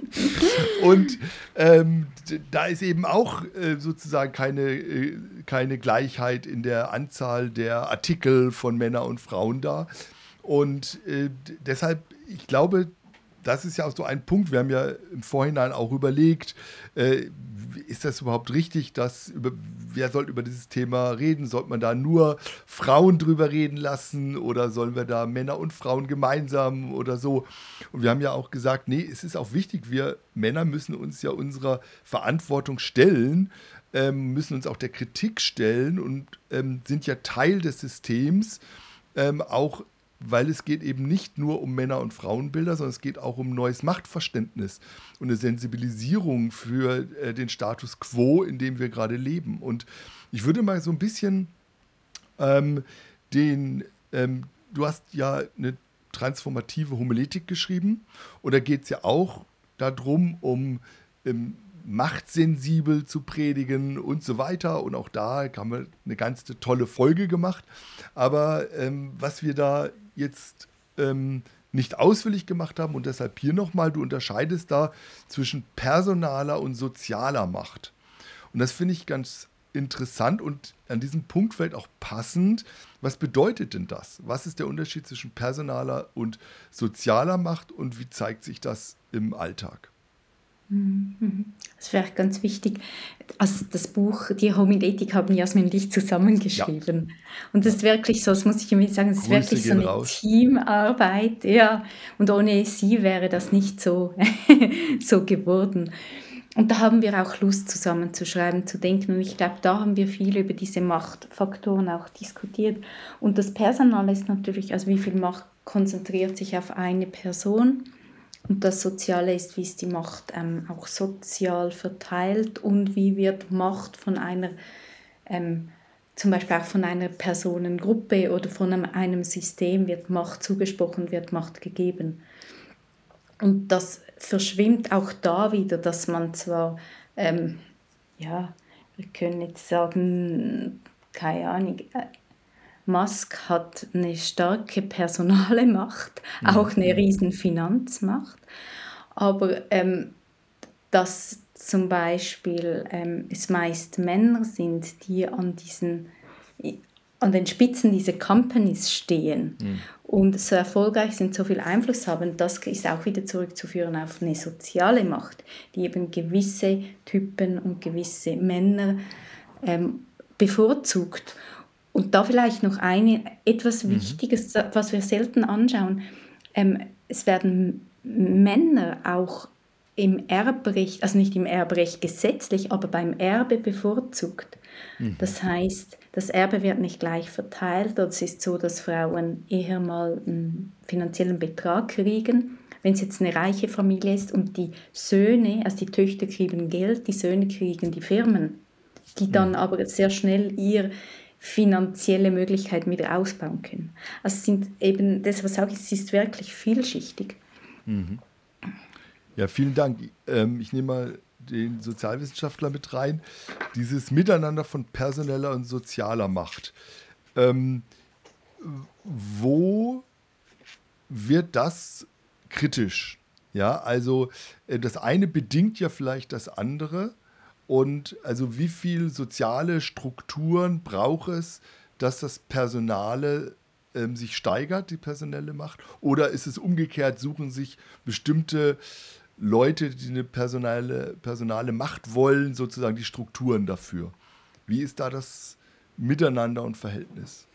Und ähm, da ist eben auch äh, sozusagen keine, äh, keine Gleichheit in der Anzahl der Artikel von Männern und Frauen da. Und äh, deshalb, ich glaube, das ist ja auch so ein Punkt, wir haben ja im Vorhinein auch überlegt, äh, ist das überhaupt richtig, dass über, wer soll über dieses Thema reden? Sollte man da nur Frauen drüber reden lassen oder sollen wir da Männer und Frauen gemeinsam oder so? Und wir haben ja auch gesagt, nee, es ist auch wichtig, wir Männer müssen uns ja unserer Verantwortung stellen, ähm, müssen uns auch der Kritik stellen und ähm, sind ja Teil des Systems, ähm, auch weil es geht eben nicht nur um Männer- und Frauenbilder, sondern es geht auch um neues Machtverständnis und eine Sensibilisierung für äh, den Status quo, in dem wir gerade leben. Und ich würde mal so ein bisschen ähm, den, ähm, du hast ja eine transformative Homiletik geschrieben und da geht es ja auch darum, um ähm, machtsensibel zu predigen und so weiter. Und auch da haben wir eine ganz tolle Folge gemacht. Aber ähm, was wir da jetzt ähm, nicht ausführlich gemacht haben und deshalb hier nochmal, du unterscheidest da zwischen personaler und sozialer Macht. Und das finde ich ganz interessant und an diesem Punkt vielleicht auch passend. Was bedeutet denn das? Was ist der Unterschied zwischen personaler und sozialer Macht und wie zeigt sich das im Alltag? Das wäre ganz wichtig. Also das Buch, die Homiletik haben Jasmin und ich zusammengeschrieben. Ja. Und das ist wirklich so, das muss ich irgendwie sagen, es ist wirklich so eine raus. Teamarbeit. Ja. Und ohne sie wäre das nicht so, so geworden. Und da haben wir auch Lust, zusammen zu schreiben, zu denken. Und ich glaube, da haben wir viel über diese Machtfaktoren auch diskutiert. Und das Personal ist natürlich, also wie viel Macht konzentriert sich auf eine Person. Und das Soziale ist, wie ist die Macht ähm, auch sozial verteilt und wie wird Macht von einer, ähm, zum Beispiel auch von einer Personengruppe oder von einem, einem System, wird Macht zugesprochen, wird Macht gegeben. Und das verschwimmt auch da wieder, dass man zwar, ähm, ja, wir können jetzt sagen, keine Ahnung, äh, Musk hat eine starke personale Macht, mhm. auch eine riesen Finanzmacht, aber ähm, dass zum Beispiel ähm, es meist Männer sind, die an, diesen, an den Spitzen dieser Companies stehen mhm. und so erfolgreich sind, so viel Einfluss haben, das ist auch wieder zurückzuführen auf eine soziale Macht, die eben gewisse Typen und gewisse Männer ähm, bevorzugt. Und da vielleicht noch eine, etwas Wichtiges, mhm. was wir selten anschauen. Ähm, es werden Männer auch im Erbrecht, also nicht im Erbrecht gesetzlich, aber beim Erbe bevorzugt. Mhm. Das heißt, das Erbe wird nicht gleich verteilt. Es ist so, dass Frauen eher mal einen finanziellen Betrag kriegen, wenn es jetzt eine reiche Familie ist. Und die Söhne, also die Töchter kriegen Geld, die Söhne kriegen die Firmen, die dann mhm. aber sehr schnell ihr finanzielle Möglichkeiten wieder ausbauen können. Also es sind eben, deshalb sage ich, es ist wirklich vielschichtig. Mhm. Ja, vielen Dank. Ähm, ich nehme mal den Sozialwissenschaftler mit rein. Dieses Miteinander von personeller und sozialer Macht. Ähm, wo wird das kritisch? Ja, also äh, das eine bedingt ja vielleicht das andere. Und also wie viel soziale Strukturen braucht es, dass das Personale ähm, sich steigert, die personelle Macht? Oder ist es umgekehrt, suchen sich bestimmte Leute, die eine personale, personale Macht wollen, sozusagen die Strukturen dafür. Wie ist da das Miteinander und Verhältnis?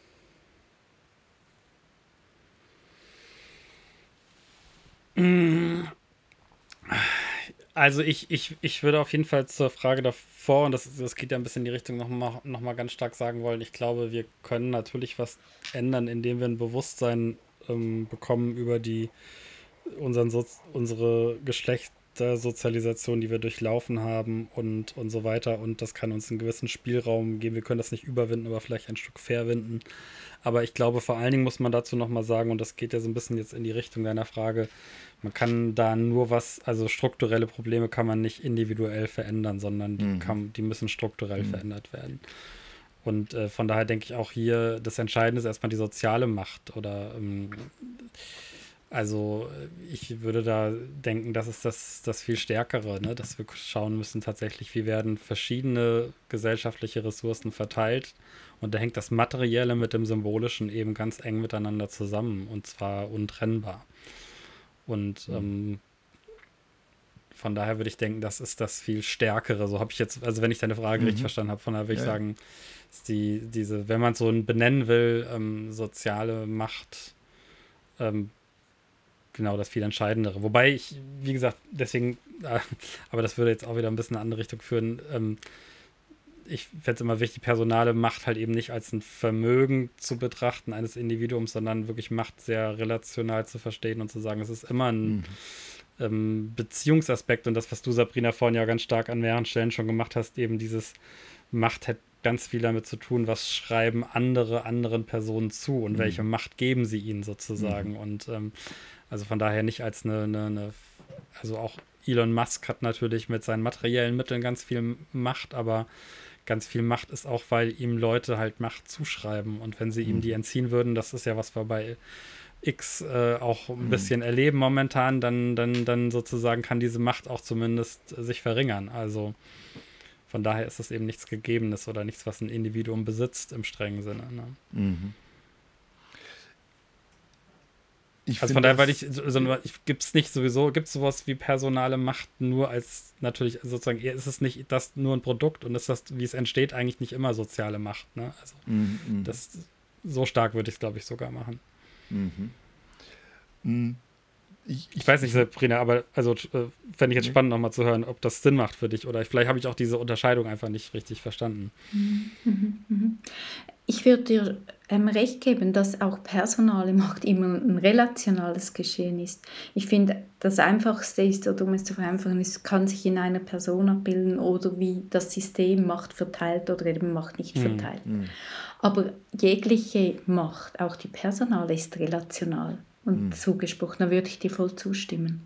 Also ich, ich, ich würde auf jeden Fall zur Frage davor, und das, das geht ja ein bisschen in die Richtung, nochmal noch mal ganz stark sagen wollen, ich glaube, wir können natürlich was ändern, indem wir ein Bewusstsein ähm, bekommen über die unseren so unsere Geschlechtersozialisation, die wir durchlaufen haben und, und so weiter. Und das kann uns einen gewissen Spielraum geben. Wir können das nicht überwinden, aber vielleicht ein Stück verwinden. Aber ich glaube, vor allen Dingen muss man dazu nochmal sagen, und das geht ja so ein bisschen jetzt in die Richtung deiner Frage, man kann da nur was, also strukturelle Probleme kann man nicht individuell verändern, sondern die, Mhm. kann, die müssen strukturell Mhm. verändert werden. Und äh, von daher denke ich auch hier, das Entscheidende ist erstmal die soziale Macht oder ähm, also ich würde da denken, das ist das, das viel Stärkere, ne? Dass wir schauen müssen tatsächlich, wie werden verschiedene gesellschaftliche Ressourcen verteilt. Und da hängt das Materielle mit dem Symbolischen eben ganz eng miteinander zusammen und zwar untrennbar. Und ähm, von daher würde ich denken, das ist das viel Stärkere. So habe ich jetzt, also wenn ich deine Frage Mhm. richtig verstanden habe, von daher würde ich Ja, ja. sagen, ist die, diese, wenn man es so benennen will, ähm, soziale Macht, ähm, genau das viel Entscheidendere. Wobei ich, wie gesagt, deswegen, äh, aber das würde jetzt auch wieder ein bisschen in eine andere Richtung führen. Ähm, ich fände es immer wichtig, personale Macht halt eben nicht als ein Vermögen zu betrachten eines Individuums, sondern wirklich Macht sehr relational zu verstehen und zu sagen, es ist immer ein Mhm. ähm, Beziehungsaspekt und das, was du, Sabrina, vorhin ja ganz stark an mehreren Stellen schon gemacht hast, eben dieses Macht hat ganz viel damit zu tun, was schreiben andere anderen Personen zu und Mhm. welche Macht geben sie ihnen sozusagen. Und ähm, also von daher nicht als eine, eine, eine, also auch Elon Musk hat natürlich mit seinen materiellen Mitteln ganz viel Macht, aber ganz viel Macht ist auch, weil ihm Leute halt Macht zuschreiben. Und wenn sie ihm die entziehen würden, das ist ja was wir bei X äh, auch ein Mhm. bisschen erleben momentan, dann, dann, dann sozusagen kann diese Macht auch zumindest äh, sich verringern. Also von daher ist es eben nichts Gegebenes oder nichts, was ein Individuum besitzt im strengen Sinne. Ne? Mhm. Ich Also find von daher, das- weil ich, so, so, ich gibt es nicht sowieso, gibt es sowas wie personale Macht nur als, natürlich sozusagen, eher ist es nicht das nur ein Produkt und ist das, wie es entsteht, eigentlich nicht immer soziale Macht. Ne? Also Mhm. Mhm. das, so stark würde ich es, glaube ich, sogar machen. Mhm. Mhm. Ich, Ich weiß nicht, Sabrina, aber also äh, fände ich jetzt Nee. spannend, nochmal zu hören, ob das Sinn macht für dich oder vielleicht habe ich auch diese Unterscheidung einfach nicht richtig verstanden. Ich würde dir ähm, recht geben, dass auch personale Macht immer ein relationales Geschehen ist. Ich finde, das Einfachste ist, oder um es zu vereinfachen, es kann sich in einer Person abbilden oder wie das System Macht verteilt oder eben Macht nicht Hm. verteilt. Aber jegliche Macht, auch die personale, ist relational und zugesprochen. Da würde ich dir voll zustimmen.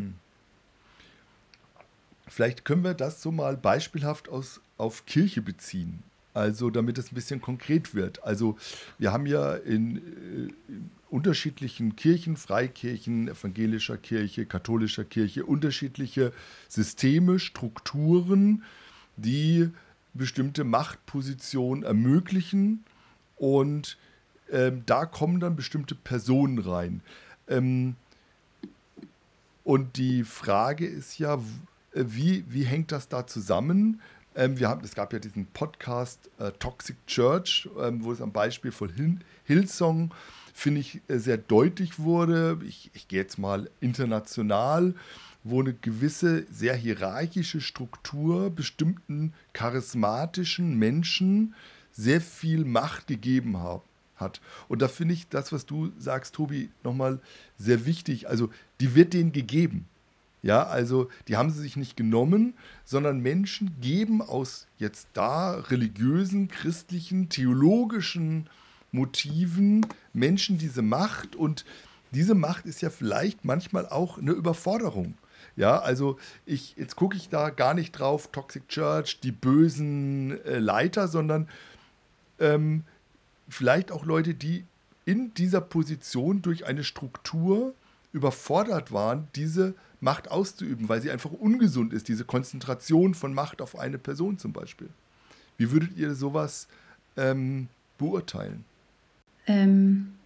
Vielleicht können wir das so mal beispielhaft aus, auf Kirche beziehen. Also damit es ein bisschen konkret wird. Also wir haben ja in, äh, in unterschiedlichen Kirchen, Freikirchen, evangelischer Kirche, katholischer Kirche, unterschiedliche Systeme, Strukturen, die bestimmte Machtpositionen ermöglichen. Und ähm, da kommen dann bestimmte Personen rein. Ähm, und die Frage ist ja, w- äh, wie, wie hängt das da zusammen? Ähm, wir haben, es gab ja diesen Podcast äh, Toxic Church, ähm, wo es am Beispiel von Hil Hillsong, finde ich, äh, sehr deutlich wurde. Ich, ich gehe jetzt mal international, wo eine gewisse, sehr hierarchische Struktur bestimmten charismatischen Menschen sehr viel Macht gegeben hat. hat. Und da finde ich das, was du sagst, Tobi, nochmal sehr wichtig. Also die wird denen gegeben. Ja, also die haben sie sich nicht genommen, sondern Menschen geben aus jetzt da religiösen, christlichen, theologischen Motiven Menschen diese Macht und diese Macht ist ja vielleicht manchmal auch eine Überforderung. Ja, also ich, jetzt gucke ich da gar nicht drauf, Toxic Church, die bösen äh, Leiter, sondern ähm, vielleicht auch Leute, die in dieser Position durch eine Struktur überfordert waren, diese Macht auszuüben, weil sie einfach ungesund ist, diese Konzentration von Macht auf eine Person zum Beispiel. Wie würdet ihr sowas ähm, beurteilen? Ähm,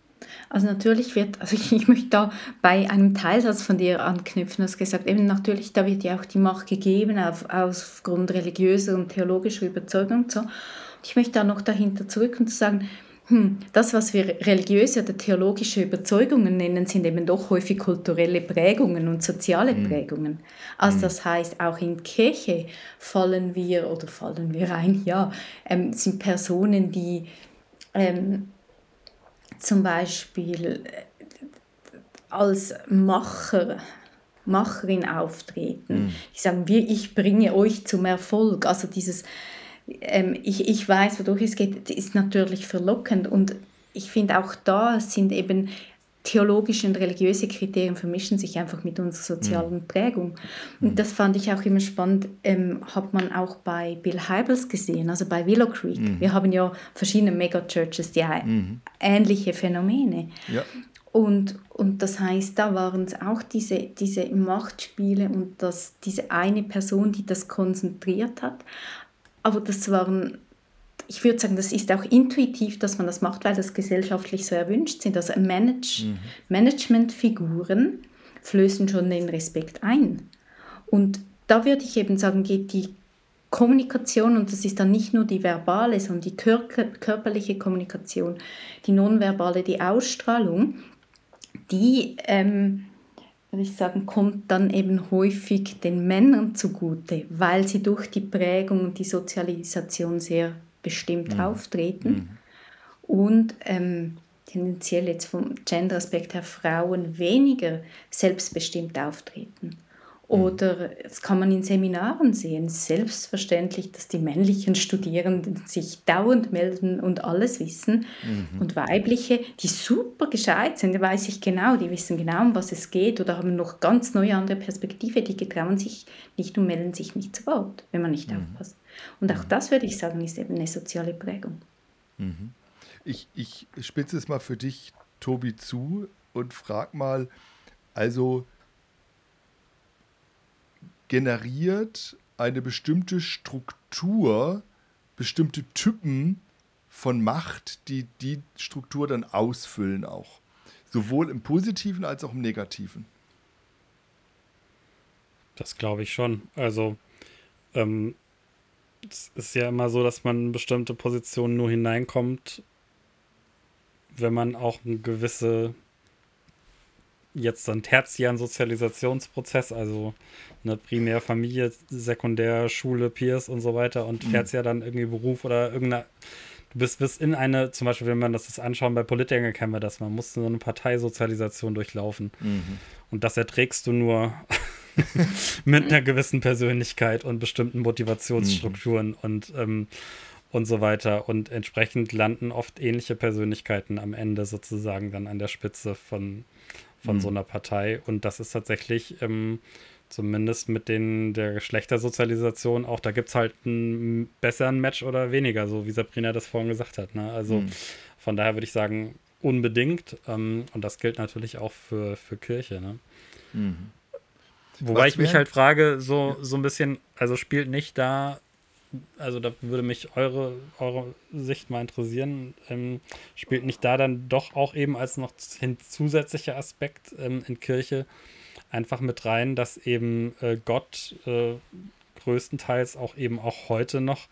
Also natürlich wird, also ich, ich möchte da bei einem Teilsatz von dir anknüpfen, du hast gesagt, eben natürlich, da wird ja auch die Macht gegeben auf, aufgrund religiöser und theologischer Überzeugung und so. Und ich möchte da noch dahinter zurück und zu sagen, hm, das, was wir religiöse oder theologische Überzeugungen nennen, sind eben doch häufig kulturelle Prägungen und soziale mhm. Prägungen. Also das heißt, auch in Kirche fallen wir, oder fallen wir ein, ja, ähm, sind Personen, die ähm, zum Beispiel als Macher, Macherin auftreten. Mhm. Die sagen, wir, ich bringe euch zum Erfolg. Also dieses, ähm, ich, ich weiß, wodurch es geht, ist natürlich verlockend. Und ich finde auch da sind eben theologische und religiöse Kriterien vermischen sich einfach mit unserer sozialen mhm. Prägung. Und mhm. das fand ich auch immer spannend, ähm, hat man auch bei Bill Hybels gesehen, also bei Willow Creek. Mhm. Wir haben ja verschiedene Megachurches, die mhm. ähnliche Phänomene. Ja. Und, und das heißt, da waren es auch diese, diese Machtspiele und das, diese eine Person, die das konzentriert hat. Aber das waren, ich würde sagen, das ist auch intuitiv, dass man das macht, weil das gesellschaftlich so erwünscht sind. Also Manage, mhm. Managementfiguren flößen schon den Respekt ein. Und da würde ich eben sagen, geht die Kommunikation, und das ist dann nicht nur die verbale, sondern die kör- körperliche Kommunikation, die nonverbale, die Ausstrahlung, die, ähm, würde ich sagen, kommt dann eben häufig den Männern zugute, weil sie durch die Prägung und die Sozialisation sehr bestimmt mhm. auftreten mhm. und ähm, tendenziell jetzt vom Gender-Aspekt her Frauen weniger selbstbestimmt auftreten. Oder das kann man in Seminaren sehen, selbstverständlich, dass die männlichen Studierenden sich dauernd melden und alles wissen. Mhm. Und weibliche, die super gescheit sind, da weiß ich genau, die wissen genau, um was es geht oder haben noch ganz neue andere Perspektive, die getrauen sich nicht und melden sich nicht zu Wort, wenn man nicht mhm. aufpasst. Und auch das, würde ich sagen, ist eben eine soziale Prägung. Mhm. Ich, ich spitze es mal für dich, Tobi, zu und frag mal, also generiert eine bestimmte Struktur, bestimmte Typen von Macht, die die Struktur dann ausfüllen auch. Sowohl im Positiven als auch im Negativen. Das glaube ich schon. Also ähm, es ist ja immer so, dass man in bestimmte Positionen nur hineinkommt, wenn man auch eine gewisse jetzt dann tertiären Sozialisationsprozess, also eine Primärfamilie, Sekundär, Schule, Peers und so weiter und tertiär dann irgendwie Beruf oder irgendeine, du bist, bist in eine, zum Beispiel, wenn man das jetzt anschauen, bei Politikern kennen wir das, man muss so eine Parteisozialisation durchlaufen mhm. und das erträgst du nur mit einer gewissen Persönlichkeit und bestimmten Motivationsstrukturen mhm. und ähm, und so weiter und entsprechend landen oft ähnliche Persönlichkeiten am Ende sozusagen dann an der Spitze von von mhm. so einer Partei. Und das ist tatsächlich ähm, zumindest mit den der Geschlechtersozialisation auch, da gibt es halt einen besseren Match oder weniger, so wie Sabrina das vorhin gesagt hat. Ne? Also mhm. von daher würde ich sagen, unbedingt. Ähm, und das gilt natürlich auch für, für Kirche. Ne? Mhm. Wobei Was ich mich halt frage, so, so ein bisschen, also spielt nicht da, also da würde mich eure, eure Sicht mal interessieren, ähm, spielt nicht da dann doch auch eben als noch hin, zusätzlicher Aspekt ähm, in Kirche einfach mit rein, dass eben äh, Gott äh, größtenteils auch eben auch heute noch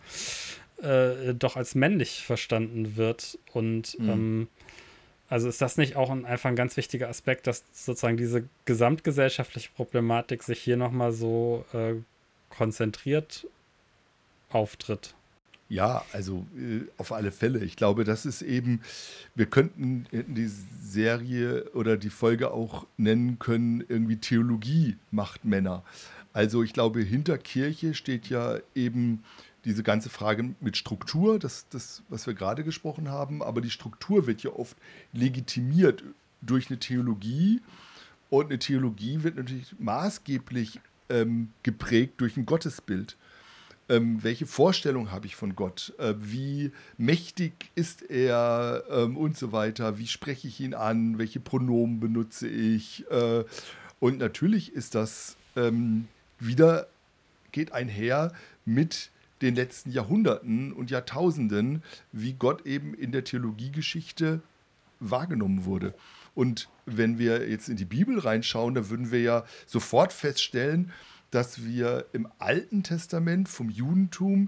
äh, doch als männlich verstanden wird und mhm. ähm, also ist das nicht auch ein, einfach ein ganz wichtiger Aspekt, dass sozusagen diese gesamtgesellschaftliche Problematik sich hier nochmal so äh, konzentriert auftritt? Ja, also äh, auf alle Fälle. Ich glaube, das ist eben, wir könnten die Serie oder die Folge auch nennen können, irgendwie Theologie macht Männer. Also ich glaube, hinter Kirche steht ja eben diese ganze Frage mit Struktur, das, das, was wir gerade gesprochen haben, aber die Struktur wird ja oft legitimiert durch eine Theologie und eine Theologie wird natürlich maßgeblich ähm, geprägt durch ein Gottesbild. Ähm, welche Vorstellung habe ich von Gott? Äh, wie mächtig ist er ähm, und so weiter? Wie spreche ich ihn an? Welche Pronomen benutze ich? Äh, und natürlich ist das ähm, wieder, geht einher mit den letzten Jahrhunderten und Jahrtausenden, wie Gott eben in der Theologiegeschichte wahrgenommen wurde. Und wenn wir jetzt in die Bibel reinschauen, dann würden wir ja sofort feststellen, dass wir im Alten Testament vom Judentum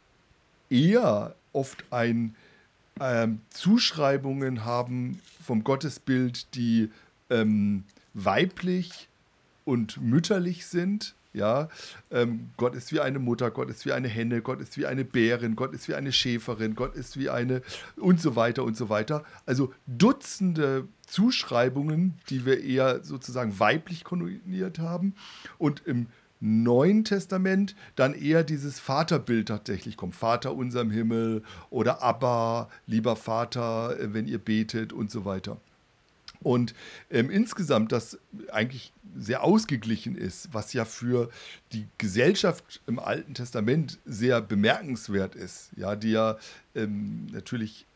eher oft ein ähm, Zuschreibungen haben vom Gottesbild, die ähm, weiblich und mütterlich sind. Ja, ähm, Gott ist wie eine Mutter, Gott ist wie eine Henne, Gott ist wie eine Bärin, Gott ist wie eine Schäferin, Gott ist wie eine und so weiter und so weiter. Also Dutzende Zuschreibungen, die wir eher sozusagen weiblich konnotiert haben. Und im Neuen Testament dann eher dieses Vaterbild tatsächlich kommt. Vater unser im Himmel oder Abba, lieber Vater, wenn ihr betet und so weiter. Und ähm, insgesamt das eigentlich sehr ausgeglichen ist, was ja für die Gesellschaft im Alten Testament sehr bemerkenswert ist, ja, die ja ähm, natürlich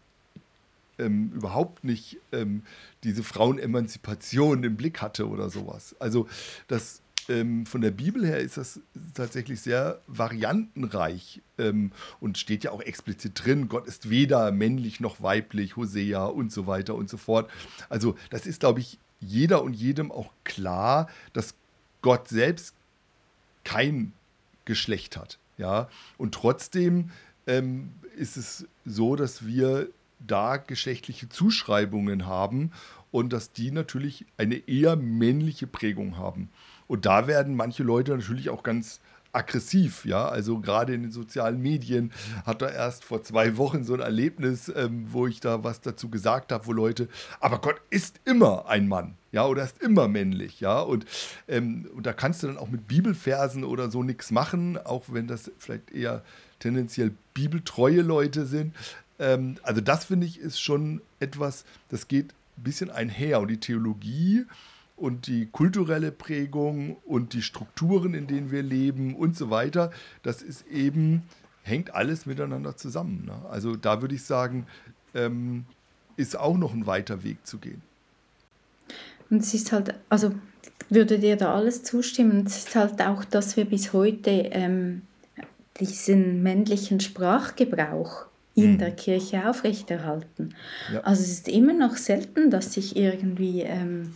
ähm, überhaupt nicht ähm, diese Frauenemanzipation im Blick hatte oder sowas. Also das ähm, von der Bibel her ist das tatsächlich sehr variantenreich ähm, und steht ja auch explizit drin, Gott ist weder männlich noch weiblich, Hosea und so weiter und so fort. Also das ist, glaube ich, jeder und jedem auch klar, dass Gott selbst kein Geschlecht hat. Ja? Und trotzdem ähm, ist es so, dass wir da geschlechtliche Zuschreibungen haben und dass die natürlich eine eher männliche Prägung haben. Und da werden manche Leute natürlich auch ganz aggressiv, ja, also gerade in den sozialen Medien hat er erst vor zwei Wochen so ein Erlebnis, ähm, wo ich da was dazu gesagt habe, wo Leute, aber Gott ist immer ein Mann, ja, oder ist immer männlich, ja, und, ähm, und da kannst du dann auch mit Bibelversen oder so nichts machen, auch wenn das vielleicht eher tendenziell bibeltreue Leute sind. Ähm, also das, finde ich, ist schon etwas, das geht ein bisschen einher und die Theologie und die kulturelle Prägung und die Strukturen, in denen wir leben und so weiter, das ist eben, hängt alles miteinander zusammen. Ne? Also da würde ich sagen, ähm, ist auch noch ein weiter Weg zu gehen. Und es ist halt, also würde dir da alles zustimmen, es ist halt auch, dass wir bis heute ähm, diesen männlichen Sprachgebrauch in mhm. der Kirche aufrechterhalten. Ja. Also es ist immer noch selten, dass sich irgendwie ähm,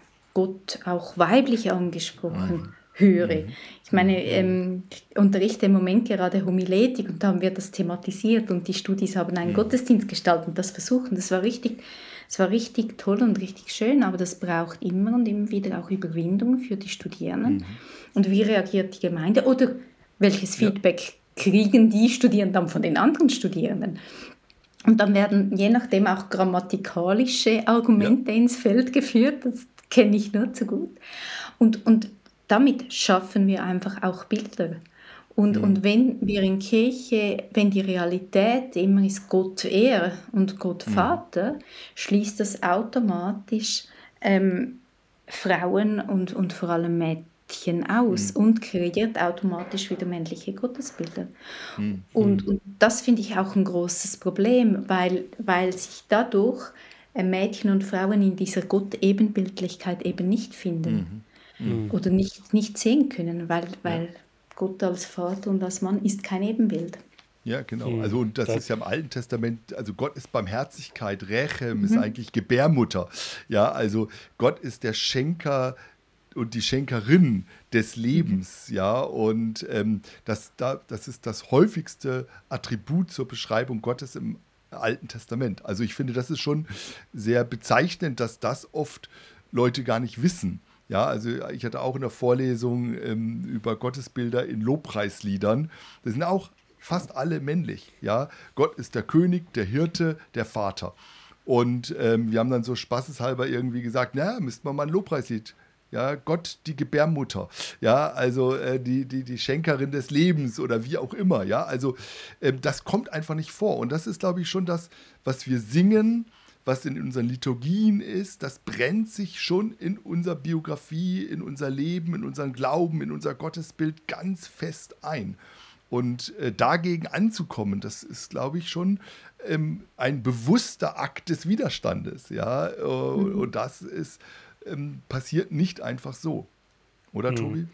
Gott auch weiblich angesprochen mhm. höre. Ich meine, ähm, ich unterrichte im Moment gerade Homiletik und da haben wir das thematisiert und die Studis haben einen mhm. Gottesdienst gestaltet und das versuchen. Das war richtig, das war richtig toll und richtig schön, aber das braucht immer und immer wieder auch Überwindung für die Studierenden. Mhm. Und wie reagiert die Gemeinde oder welches Feedback ja. kriegen die Studierenden dann von den anderen Studierenden? Und dann werden je nachdem auch grammatikalische Argumente ja. ins Feld geführt. Das kenne ich nur zu gut. Und, und damit schaffen wir einfach auch Bilder. Und, mhm. und wenn wir in Kirche, wenn die Realität immer ist Gott er und Gott mhm. Vater, schließt das automatisch ähm, Frauen und, und vor allem Mädchen aus mhm. und kreiert automatisch wieder männliche Gottesbilder. Mhm. Und, und das finde ich auch ein großes Problem, weil, weil sich dadurch Mädchen und Frauen in dieser Gott-Ebenbildlichkeit eben nicht finden mhm. Mhm. oder nicht, nicht sehen können, weil, weil ja. Gott als Vater und als Mann ist kein Ebenbild. Ja, genau. Also und das, das ist ja im Alten Testament, also Gott ist Barmherzigkeit, Rechem mhm. ist eigentlich Gebärmutter. Ja, also Gott ist der Schenker und die Schenkerin des Lebens, mhm. ja, und ähm, das, da, das ist das häufigste Attribut zur Beschreibung Gottes im Alten Testament. Also ich finde, das ist schon sehr bezeichnend, dass das oft Leute gar nicht wissen. Ja, also ich hatte auch in der Vorlesung ähm, über Gottesbilder in Lobpreisliedern, das sind auch fast alle männlich. Ja, Gott ist der König, der Hirte, der Vater. Und ähm, wir haben dann so spaßeshalber irgendwie gesagt, na, müssten wir mal ein Lobpreislied. Ja, Gott, die Gebärmutter, ja, also äh, die, die, die Schenkerin des Lebens oder wie auch immer, ja, also äh, das kommt einfach nicht vor und das ist, glaube ich, schon das, was wir singen, was in unseren Liturgien ist, das brennt sich schon in unserer Biografie, in unser Leben, in unseren Glauben, in unser Gottesbild ganz fest ein. Und äh, dagegen anzukommen, das ist, glaube ich, schon ähm, ein bewusster Akt des Widerstandes, ja, äh, mhm. und das ist Ähm, passiert nicht einfach so. Oder, hm. Tobi?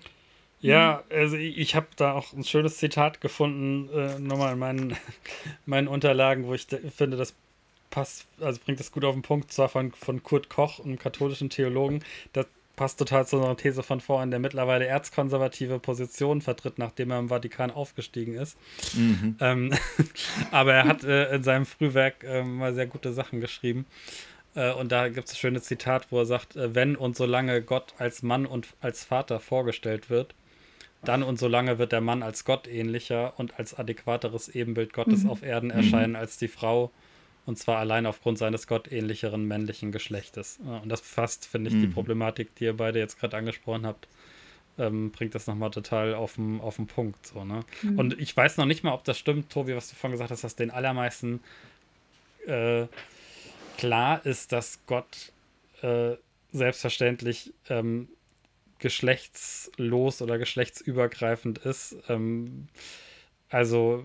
Ja, also ich, ich habe da auch ein schönes Zitat gefunden, äh, nochmal in meinen, meinen Unterlagen, wo ich de- finde, das passt, also bringt das gut auf den Punkt, zwar von, von Kurt Koch, einem katholischen Theologen, das passt total zu unserer These von vorhin, der mittlerweile erzkonservative Positionen vertritt, nachdem er im Vatikan aufgestiegen ist. Mhm. Ähm, aber er hat äh, in seinem Frühwerk äh, mal sehr gute Sachen geschrieben. Äh, und da gibt es ein schönes Zitat, wo er sagt, äh, wenn und solange Gott als Mann und als Vater vorgestellt wird, dann und solange wird der Mann als Gott ähnlicher und als adäquateres Ebenbild Gottes mhm. auf Erden erscheinen als die Frau, und zwar allein aufgrund seines gottähnlicheren männlichen Geschlechtes. Und das fasst, finde ich, mhm. die Problematik, die ihr beide jetzt gerade angesprochen habt, ähm, bringt das nochmal total auf den auf den Punkt. So, ne? Mhm. Und ich weiß noch nicht mal, ob das stimmt, Tobi, was du vorhin gesagt hast, dass den allermeisten äh, klar ist, dass Gott äh, selbstverständlich ähm, geschlechtslos oder geschlechtsübergreifend ist. Ähm, also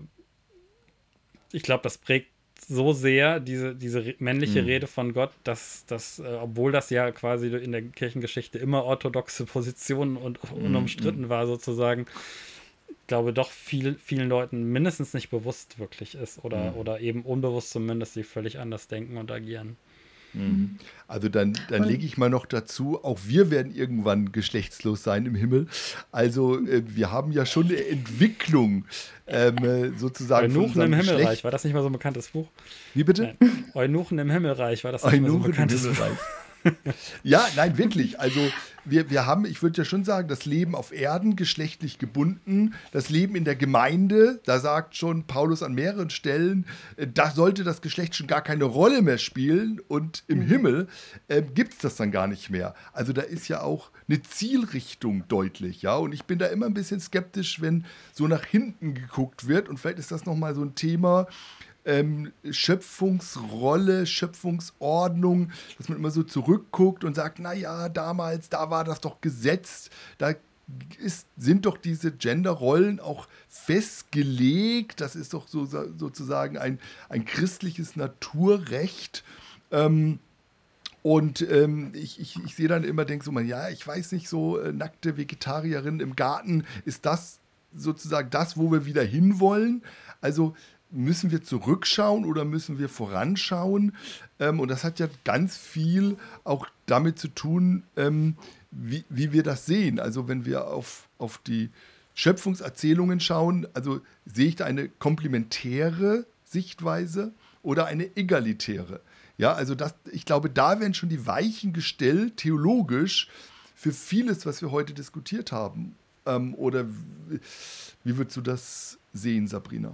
ich glaube, das prägt so sehr diese, diese männliche mhm. Rede von Gott, dass, dass äh, obwohl das ja quasi in der Kirchengeschichte immer orthodoxe Positionen und mhm. unumstritten war sozusagen, ich glaube doch viel, vielen Leuten mindestens nicht bewusst wirklich ist oder, mhm. oder eben unbewusst zumindest, die völlig anders denken und agieren. Mhm. Also dann, dann lege ich mal noch dazu, auch wir werden irgendwann geschlechtslos sein im Himmel. Also äh, wir haben ja schon eine Entwicklung ähm, sozusagen von Eunuchen im Himmelreich, Geschlecht. War das nicht mal so ein bekanntes Buch? Wie bitte? Nein. Eunuchen im Himmelreich, war das nicht mal so ein bekanntes Buch? Ja, nein, wirklich. Also wir, wir haben, ich würde ja schon sagen, das Leben auf Erden geschlechtlich gebunden, das Leben in der Gemeinde, da sagt schon Paulus an mehreren Stellen, da sollte das Geschlecht schon gar keine Rolle mehr spielen und im mhm. Himmel äh, gibt es das dann gar nicht mehr. Also da ist ja auch eine Zielrichtung deutlich, ja, und ich bin da immer ein bisschen skeptisch, wenn so nach hinten geguckt wird und vielleicht ist das nochmal so ein Thema, Ähm, Schöpfungsrolle, Schöpfungsordnung, dass man immer so zurückguckt und sagt, naja, damals, da war das doch gesetzt, da ist, sind doch diese Genderrollen auch festgelegt, das ist doch so, sozusagen ein, ein christliches Naturrecht. Ähm, Und ähm, ich, ich, ich sehe dann immer, denke so mal, ja, ich weiß nicht, so äh, nackte Vegetarierin im Garten, ist das sozusagen das, wo wir wieder hinwollen? Also müssen wir zurückschauen oder müssen wir voranschauen? Ähm, und das hat ja ganz viel auch damit zu tun, ähm, wie, wie wir das sehen. Also wenn wir auf, auf die Schöpfungserzählungen schauen, also sehe ich da eine komplementäre Sichtweise oder eine egalitäre? Ja, also das, ich glaube, da werden schon die Weichen gestellt, theologisch, für vieles, was wir heute diskutiert haben. Ähm, oder wie, wie würdest du das sehen, Sabrina?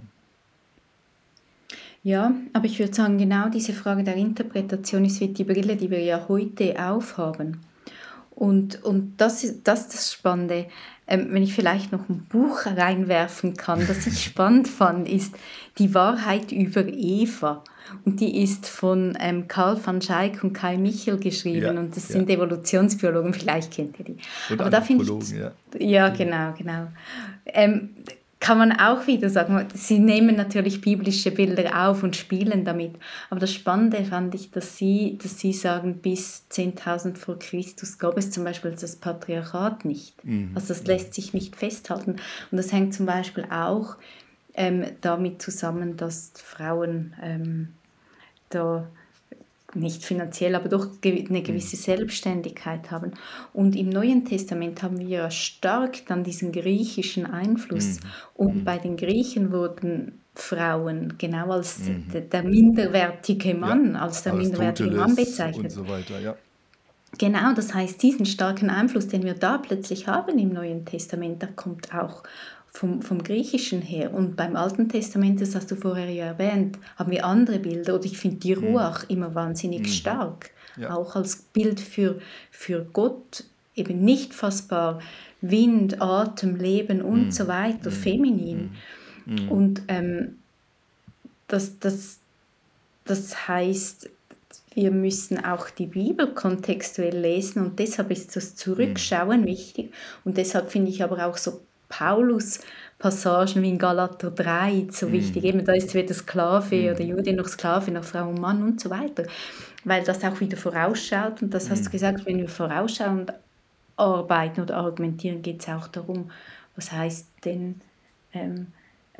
Ja, aber ich würde sagen, genau diese Frage der Interpretation ist wie die Brille, die wir ja heute aufhaben. Und, und das ist das, ist das Spannende. Ähm, wenn ich vielleicht noch ein Buch reinwerfen kann, das ich spannend fand, ist Die Wahrheit über Eva. Und die ist von ähm, Karl van Schaik und Kai Michel geschrieben. Ja, und das ja. sind Evolutionsbiologen, vielleicht kennt ihr die. Und aber da finde ich, ja. Ja, genau, genau. Ähm, kann man auch wieder sagen, sie nehmen natürlich biblische Bilder auf und spielen damit. Aber das Spannende fand ich, dass sie, dass sie sagen, bis zehntausend vor Christus gab es zum Beispiel das Patriarchat nicht. Mhm. Also das lässt sich nicht festhalten. Und das hängt zum Beispiel auch ähm, damit zusammen, dass Frauen ähm, da nicht finanziell, aber doch eine gewisse Selbstständigkeit haben. Und im Neuen Testament haben wir ja stark dann diesen griechischen Einfluss. Mhm. Und bei den Griechen wurden Frauen genau als mhm. der, der minderwertige Mann, ja, als der minderwertige Mann bezeichnet. Und so weiter, ja. Genau, das heißt, diesen starken Einfluss, den wir da plötzlich haben im Neuen Testament, der kommt auch Vom, vom Griechischen her. Und beim Alten Testament, das hast du vorher ja erwähnt, haben wir andere Bilder. Und ich finde die Ruach mhm. immer wahnsinnig mhm. stark. Ja. Auch als Bild für, für Gott, eben nicht fassbar. Wind, Atem, Leben und mhm. so weiter, mhm. feminin. Mhm. Und ähm, das, das, das heißt, wir müssen auch die Bibel kontextuell lesen. Und deshalb ist das Zurückschauen mhm. wichtig. Und deshalb finde ich aber auch so Paulus-Passagen wie in Galater drei so mm. wichtig. Eben, da ist weder Sklave mm. oder Jude noch Sklave, noch Frau und Mann und so weiter. Weil das auch wieder vorausschaut. Und das mm. hast du gesagt, wenn wir vorausschauen und arbeiten oder argumentieren, geht es auch darum, was heißt denn ähm,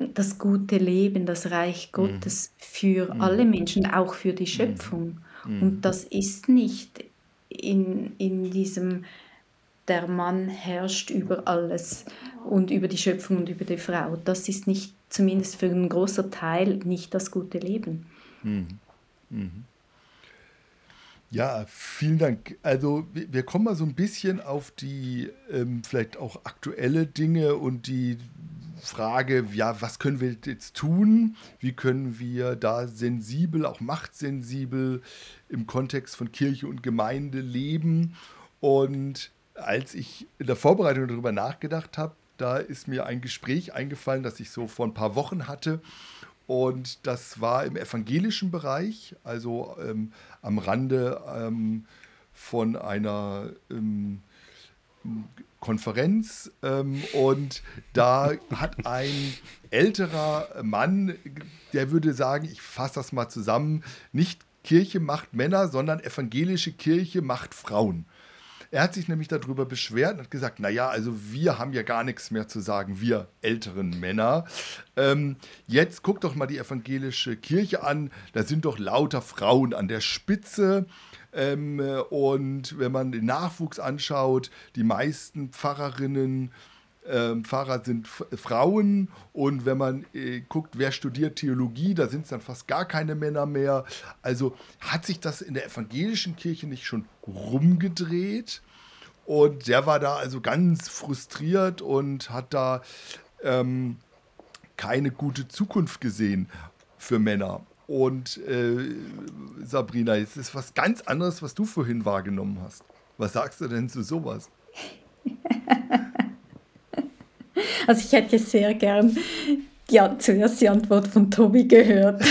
das gute Leben, das Reich Gottes für Mhm. alle Menschen, auch für die Schöpfung. Mhm. Und das ist nicht in, in diesem, der Mann herrscht über alles und über die Schöpfung und über die Frau. Das ist nicht, zumindest für einen großen Teil, nicht das gute Leben. Mhm. Mhm. Ja, vielen Dank. Also wir wir kommen mal so ein bisschen auf die ähm, vielleicht auch aktuelle Dinge und die Frage, ja, was können wir jetzt tun? Wie können wir da sensibel, auch machtsensibel im Kontext von Kirche und Gemeinde leben? Und als ich in der Vorbereitung darüber nachgedacht habe, da ist mir ein Gespräch eingefallen, das ich so vor ein paar Wochen hatte. Und das war im evangelischen Bereich, also ähm, am Rande ähm, von einer ähm, Konferenz. Ähm, und da hat ein älterer Mann, der würde sagen, ich fasse das mal zusammen, nicht Kirche macht Männer, sondern evangelische Kirche macht Frauen. Er hat sich nämlich darüber beschwert und hat gesagt, naja, also wir haben ja gar nichts mehr zu sagen, wir älteren Männer. Ähm, jetzt guck doch mal die evangelische Kirche an, da sind doch lauter Frauen an der Spitze. Ähm, und wenn man den Nachwuchs anschaut, die meisten Pfarrerinnen, ähm, Pfarrer sind F- Frauen, und wenn man äh, guckt, wer studiert Theologie, da sind es dann fast gar keine Männer mehr. Also hat sich das in der evangelischen Kirche nicht schon rumgedreht? Und der war da also ganz frustriert und hat da ähm, keine gute Zukunft gesehen für Männer. Und äh, Sabrina, jetzt ist was ganz anderes, was du vorhin wahrgenommen hast. Was sagst du denn zu sowas? Also ich hätte sehr gern die, zuerst die Antwort von Tobi gehört.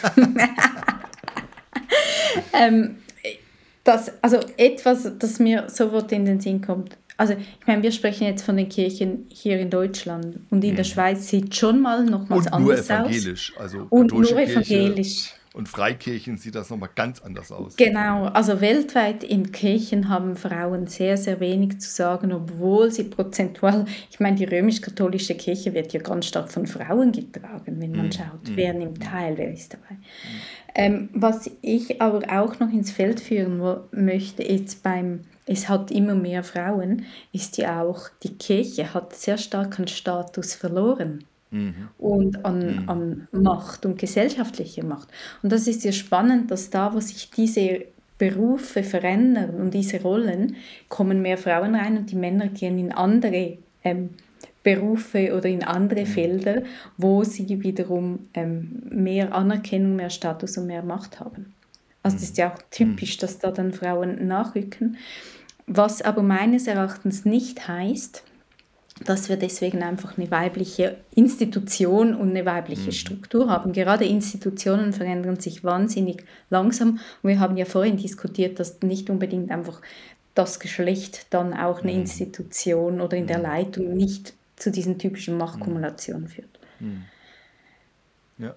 ähm, das, also etwas, das mir sofort in den Sinn kommt. Also ich meine, wir sprechen jetzt von den Kirchen hier in Deutschland, und in Mhm. der Schweiz sieht schon mal nochmals Und nur anders aus. evangelisch, also Und katholische nur Kirche evangelisch. und Freikirchen sieht das nochmal ganz anders aus. Genau, also weltweit in Kirchen haben Frauen sehr, sehr wenig zu sagen, obwohl sie prozentual, ich meine, die römisch-katholische Kirche wird ja ganz stark von Frauen getragen, wenn man Mhm. schaut, Mhm. wer nimmt teil, wer ist dabei. Ähm, was ich aber auch noch ins Feld führen wo- möchte, jetzt beim, es hat immer mehr Frauen, ist ja auch, die Kirche hat sehr stark an Status verloren Mhm. und an, Mhm. an Macht und gesellschaftlicher Macht. Und das ist ja spannend, dass da, wo sich diese Berufe verändern und diese Rollen, kommen mehr Frauen rein und die Männer gehen in andere ähm, Berufe oder in andere Felder, wo sie wiederum ähm, mehr Anerkennung, mehr Status und mehr Macht haben. Also das ist ja auch typisch, dass da dann Frauen nachrücken. Was aber meines Erachtens nicht heißt, dass wir deswegen einfach eine weibliche Institution und eine weibliche Struktur haben. Gerade Institutionen verändern sich wahnsinnig langsam. Und wir haben ja vorhin diskutiert, dass nicht unbedingt einfach das Geschlecht dann auch eine Institution oder in der Leitung nicht zu diesen typischen Machtkumulationen führt. Ja.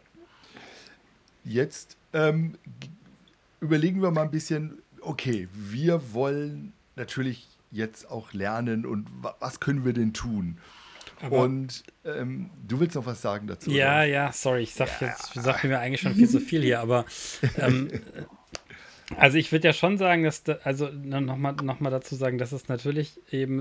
Jetzt ähm, g- überlegen wir mal ein bisschen, okay, wir wollen natürlich jetzt auch lernen, und wa was können wir denn tun? Aber Und ähm, du willst noch was sagen dazu, ja, oder? ja, sorry, ich sag jetzt, ich sag mir eigentlich schon viel zu viel hier, aber ähm, also ich würde ja schon sagen, dass da, also nochmal noch mal dazu sagen, dass es natürlich eben,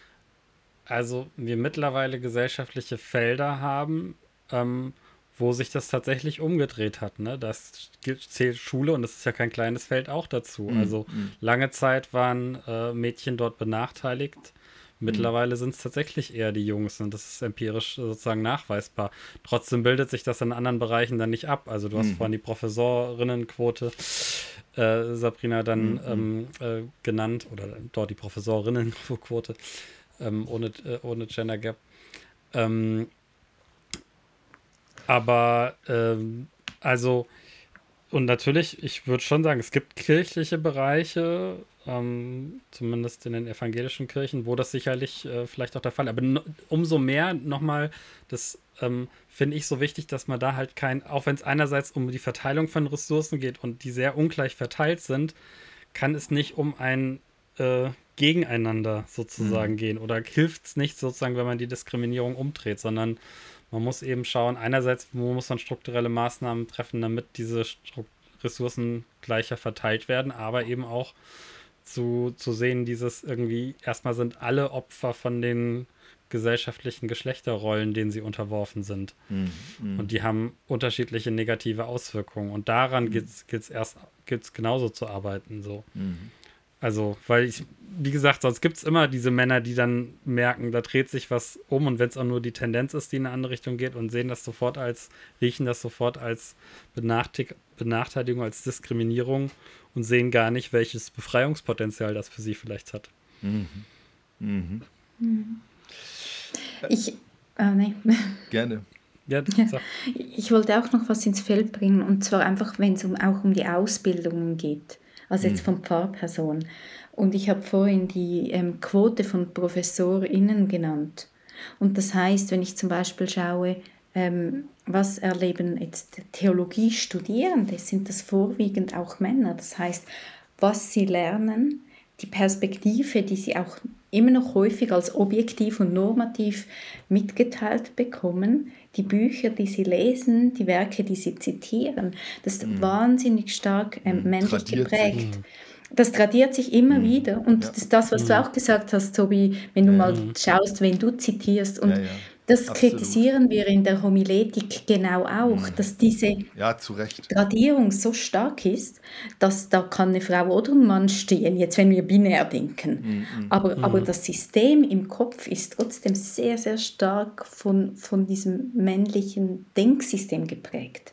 also wir mittlerweile gesellschaftliche Felder haben, ähm, wo sich das tatsächlich umgedreht hat. Ne? Das gilt- zählt Schule, und das ist ja kein kleines Feld, auch dazu. Mm, Also mm, lange Zeit waren äh, Mädchen dort benachteiligt. Mittlerweile sind es tatsächlich eher die Jungs, und das ist empirisch sozusagen nachweisbar. Trotzdem bildet sich das in anderen Bereichen dann nicht ab. Also du hast Mhm. vorhin die Professorinnenquote, äh, Sabrina, dann Mhm. ähm, äh, genannt, oder dort die Professorinnenquote, ähm, ohne, äh, ohne Gender Gap. Ähm, aber ähm, also, und natürlich, ich würde schon sagen, es gibt kirchliche Bereiche, ähm, zumindest in den evangelischen Kirchen, wo das sicherlich äh, vielleicht auch der Fall ist. Aber no, umso mehr nochmal, das ähm, finde ich so wichtig, dass man da halt kein, auch wenn es einerseits um die Verteilung von Ressourcen geht und die sehr ungleich verteilt sind, kann es nicht um ein äh, Gegeneinander sozusagen Mhm. gehen, oder hilft es nicht sozusagen, wenn man die Diskriminierung umdreht, sondern Man muss eben schauen, einerseits, wo muss man strukturelle Maßnahmen treffen, damit diese Stru- Ressourcen gleicher verteilt werden, aber eben auch zu, zu sehen, dieses irgendwie, erstmal sind alle Opfer von den gesellschaftlichen Geschlechterrollen, denen sie unterworfen sind. Mhm. Mhm. Und die haben unterschiedliche negative Auswirkungen. Und daran Mhm. geht es erst gibt's genauso zu arbeiten. So. Mhm. Also, weil ich, wie gesagt, sonst gibt es immer diese Männer, die dann merken, da dreht sich was um und wenn es auch nur die Tendenz ist, die in eine andere Richtung geht und sehen das sofort als, riechen das sofort als Benachtig- Benachteiligung, als Diskriminierung und sehen gar nicht, welches Befreiungspotenzial das für sie vielleicht hat. Mhm. Mhm. Ich, ah, nee. Gerne. Ja, sag. Ich wollte auch noch was ins Feld bringen, und zwar einfach, wenn es um, auch um die Ausbildungen geht, also jetzt von Pfarrpersonen. Und ich habe vorhin die ähm, Quote von ProfessorInnen genannt. Und das heißt, wenn ich zum Beispiel schaue, ähm, was erleben jetzt Theologiestudierende, sind das vorwiegend auch Männer. Das heißt, was sie lernen, die Perspektive, die sie auch immer noch häufig als objektiv und normativ mitgeteilt bekommen, die Bücher, die sie lesen, die Werke, die sie zitieren, das ist Mhm. wahnsinnig stark ähm, Mhm. männlich Tradiert geprägt. sich. Das tradiert sich immer Mhm. wieder. Und Ja. das ist das, was du auch gesagt hast, Tobi, wenn du Ja, mal ja. schaust, wen du zitierst. Und Ja, ja. das Absolut. kritisieren wir in der Homiletik genau auch, dass diese Ja, zu Recht. Tradierung so stark ist, dass da kann eine Frau oder ein Mann stehen, jetzt wenn wir binär denken. Aber, aber das System im Kopf ist trotzdem sehr, sehr stark von, von diesem männlichen Denksystem geprägt.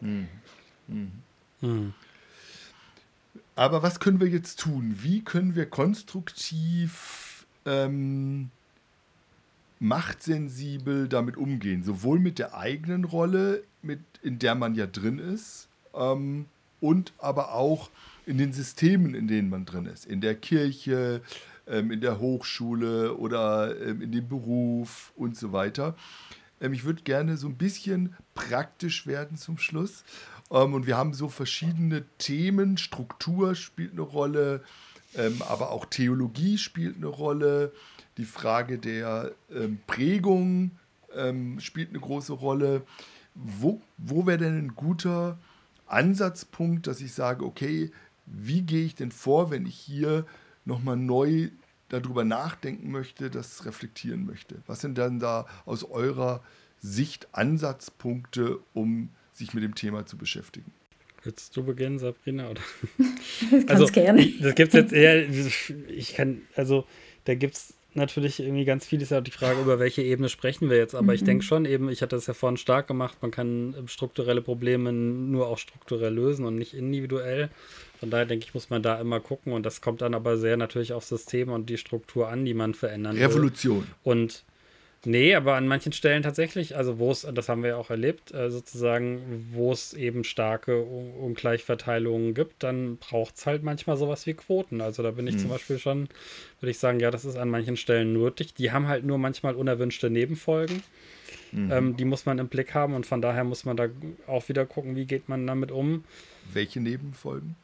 Aber was können wir jetzt tun? Wie können wir konstruktiv ähm, machtsensibel damit umgehen? Sowohl mit der eigenen Rolle, mit, in der man ja drin ist, ähm, und aber auch in den Systemen, in denen man drin ist. In der Kirche, ähm, in der Hochschule oder ähm, in dem Beruf und so weiter. Ähm, ich würde gerne so ein bisschen praktisch werden zum Schluss. Ähm, und wir haben so verschiedene Themen. Struktur spielt eine Rolle, ähm, aber auch Theologie spielt eine Rolle. Die Frage der ähm, Prägung ähm, spielt eine große Rolle. Wo, wo wäre denn ein guter Ansatzpunkt, dass ich sage, okay, wie gehe ich denn vor, wenn ich hier nochmal neu darüber nachdenken möchte, das reflektieren möchte? Was sind dann da aus eurer Sicht Ansatzpunkte, um sich mit dem Thema zu beschäftigen? Willst du beginnen, Sabrina? Oder? Ganz Also, gerne. ich- das gibt es jetzt eher, ich kann, also da gibt es natürlich irgendwie ganz viel, ist ja auch die Frage, über welche Ebene sprechen wir jetzt, aber ich denke schon eben, ich hatte das ja vorhin stark gemacht, man kann ähm, strukturelle Probleme nur auch strukturell lösen und nicht individuell. Von daher denke ich, muss man da immer gucken und das kommt dann aber sehr natürlich auf Systeme und die Struktur an, die man verändern will. Revolution. Und nee, aber an manchen Stellen tatsächlich, also wo es, das haben wir ja auch erlebt, äh, sozusagen, wo es eben starke Un- Ungleichverteilungen gibt, dann braucht es halt manchmal sowas wie Quoten. Also da bin ich zum Beispiel schon, würde ich sagen, ja, das ist an manchen Stellen nötig. Die haben halt nur manchmal unerwünschte Nebenfolgen. Ähm, die muss man im Blick haben und von daher muss man da auch wieder gucken, wie geht man damit um. Welche Nebenfolgen?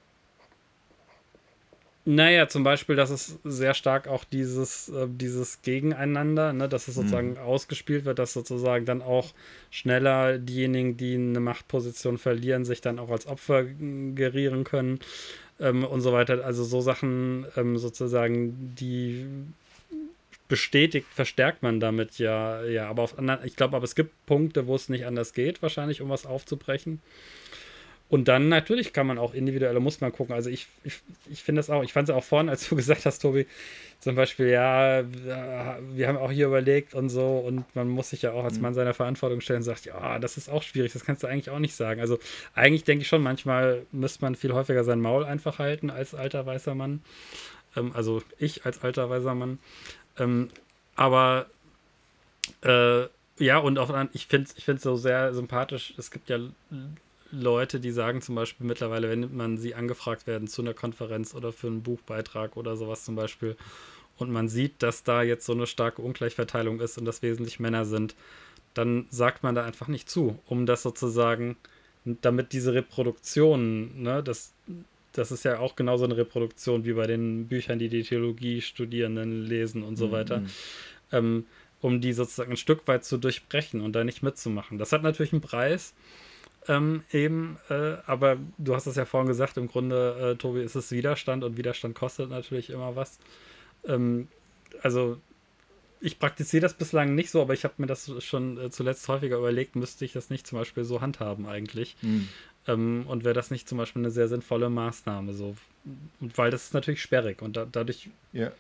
Naja, zum Beispiel, dass es sehr stark auch dieses, äh, dieses Gegeneinander, ne, dass es sozusagen ausgespielt wird, dass sozusagen dann auch schneller diejenigen, die eine Machtposition verlieren, sich dann auch als Opfer äh, gerieren können ähm, und so weiter. Also so Sachen ähm, sozusagen, die bestätigt, verstärkt man damit ja, ja, aber auf anderen, ich glaube, aber es gibt Punkte, wo es nicht anders geht, wahrscheinlich, um was aufzubrechen. Und dann natürlich kann man auch individuell, muss man gucken. Also ich, ich, ich finde das auch, ich fand es auch vorhin, als du gesagt hast, Tobi, zum Beispiel, ja, wir haben auch hier überlegt und so und man muss sich ja auch als Mann seiner Verantwortung stellen und sagt, ja, das ist auch schwierig, das kannst du eigentlich auch nicht sagen. Also eigentlich denke ich schon, manchmal müsste man viel häufiger sein Maul einfach halten als alter weißer Mann. Ähm, also ich als alter weißer Mann. Ähm, aber äh, ja, und auch an, ich finde es ich find's so sehr sympathisch, es gibt ja Leute, die sagen zum Beispiel mittlerweile, wenn man sie angefragt werden zu einer Konferenz oder für einen Buchbeitrag oder sowas zum Beispiel und man sieht, dass da jetzt so eine starke Ungleichverteilung ist und das wesentlich Männer sind, dann sagt man da einfach nicht zu, um das sozusagen, damit diese Reproduktion, ne, das, das ist ja auch genauso eine Reproduktion wie bei den Büchern, die die Theologie-Studierenden lesen und so weiter, ähm, um die sozusagen ein Stück weit zu durchbrechen und da nicht mitzumachen. Das hat natürlich einen Preis, ähm, eben, äh, aber du hast es ja vorhin gesagt, im Grunde, äh, Tobi, ist es Widerstand und Widerstand kostet natürlich immer was. Ähm, also ich praktiziere das bislang nicht so, aber ich habe mir das schon äh, zuletzt häufiger überlegt, müsste ich das nicht zum Beispiel so handhaben eigentlich. Mhm. Ähm, und wäre das nicht zum Beispiel eine sehr sinnvolle Maßnahme, so. Und weil das ist natürlich sperrig und da, dadurch. Ja.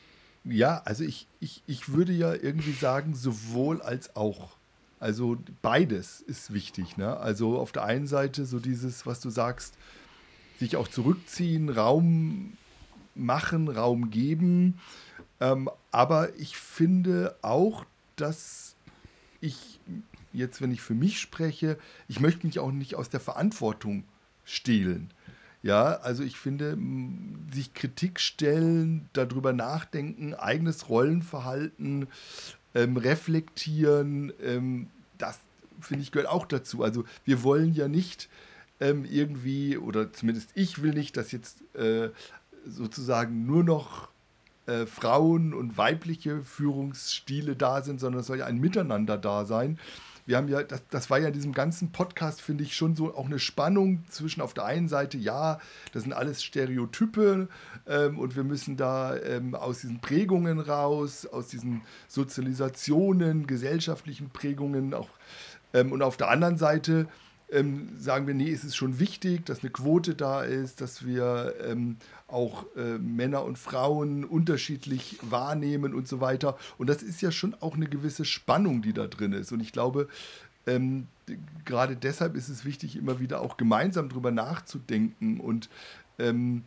Ja, also ich, ich, ich würde ja irgendwie sagen, sowohl als auch. Also beides ist wichtig. Ne? Also auf der einen Seite so dieses, was du sagst, sich auch zurückziehen, Raum machen, Raum geben. Ähm, aber ich finde auch, dass ich jetzt, wenn ich für mich spreche, ich möchte mich auch nicht aus der Verantwortung stehlen. Ja, also ich finde, m, sich Kritik stellen, darüber nachdenken, eigenes Rollenverhalten, ähm, reflektieren, ähm, das finde ich gehört auch dazu. Also wir wollen ja nicht ähm, irgendwie, oder zumindest ich will nicht, dass jetzt äh, sozusagen nur noch äh, Frauen und weibliche Führungsstile da sind, sondern es soll ja ein Miteinander da sein. Wir haben ja, das, das war ja in diesem ganzen Podcast, finde ich, schon so auch eine Spannung zwischen auf der einen Seite, ja, das sind alles Stereotype ähm, und wir müssen da ähm, aus diesen Prägungen raus, aus diesen Sozialisationen, gesellschaftlichen Prägungen auch. Ähm, und auf der anderen Seite ähm, sagen wir, nee, es ist schon wichtig, dass eine Quote da ist, dass wir ähm, auch äh, Männer und Frauen unterschiedlich wahrnehmen und so weiter. Und das ist ja schon auch eine gewisse Spannung, die da drin ist. Und ich glaube, ähm, d- gerade deshalb ist es wichtig, immer wieder auch gemeinsam drüber nachzudenken. Und ähm,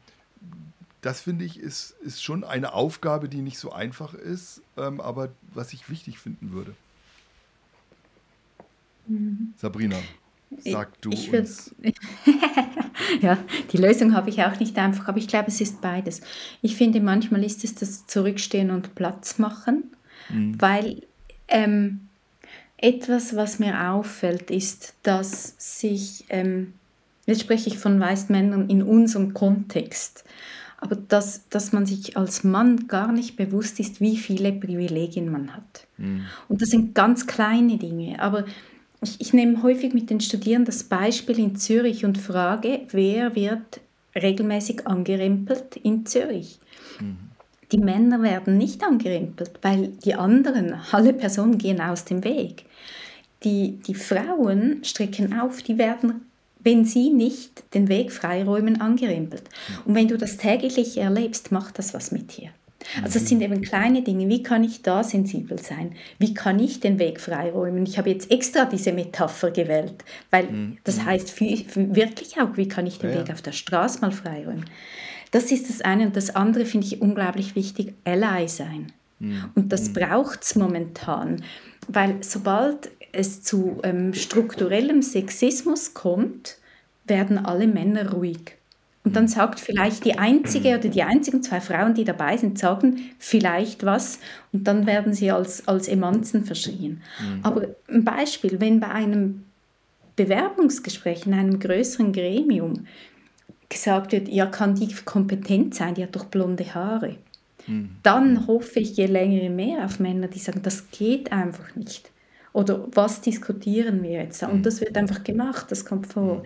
das finde ich, ist, ist schon eine Aufgabe, die nicht so einfach ist, ähm, aber was ich wichtig finden würde. Sabrina, sag du Ich würd, uns. ja, die Lösung habe ich auch nicht einfach, aber ich glaube, es ist beides. Ich finde, manchmal ist es das Zurückstehen und Platz machen, Mhm. weil ähm, etwas, was mir auffällt, ist, dass sich, ähm, jetzt spreche ich von weißen Männern in unserem Kontext, aber dass, dass man sich als Mann gar nicht bewusst ist, wie viele Privilegien man hat. Mhm. Und das sind ganz kleine Dinge, aber ich, ich nehme häufig mit den Studierenden das Beispiel in Zürich und frage, wer wird regelmäßig angerempelt in Zürich? Die Männer werden nicht angerempelt, weil die anderen, alle Personen gehen aus dem Weg. Die, die Frauen strecken auf, die werden, wenn sie nicht den Weg freiräumen, angerempelt. Und wenn du das täglich erlebst, macht das was mit dir. Also es sind eben kleine Dinge. Wie kann ich da sensibel sein? Wie kann ich den Weg freiräumen? Ich habe jetzt extra diese Metapher gewählt, weil das heißt für, für wirklich auch, wie kann ich den Ja, Weg ja. auf der Straße mal freiräumen? Das ist das eine. Und das andere finde ich unglaublich wichtig, Ally sein. Und das braucht es momentan, weil sobald es zu ähm, strukturellem Sexismus kommt, werden alle Männer ruhig. Und dann sagt vielleicht die einzige oder die einzigen zwei Frauen, die dabei sind, sagen vielleicht was und dann werden sie als, als Emanzen verschrien. Aber ein Beispiel, wenn bei einem Bewerbungsgespräch in einem größeren Gremium gesagt wird, ja, kann die kompetent sein, die hat doch blonde Haare. Dann hoffe ich je länger je mehr auf Männer, die sagen, das geht einfach nicht. Oder was diskutieren wir jetzt? Und das wird einfach gemacht, das kommt vor.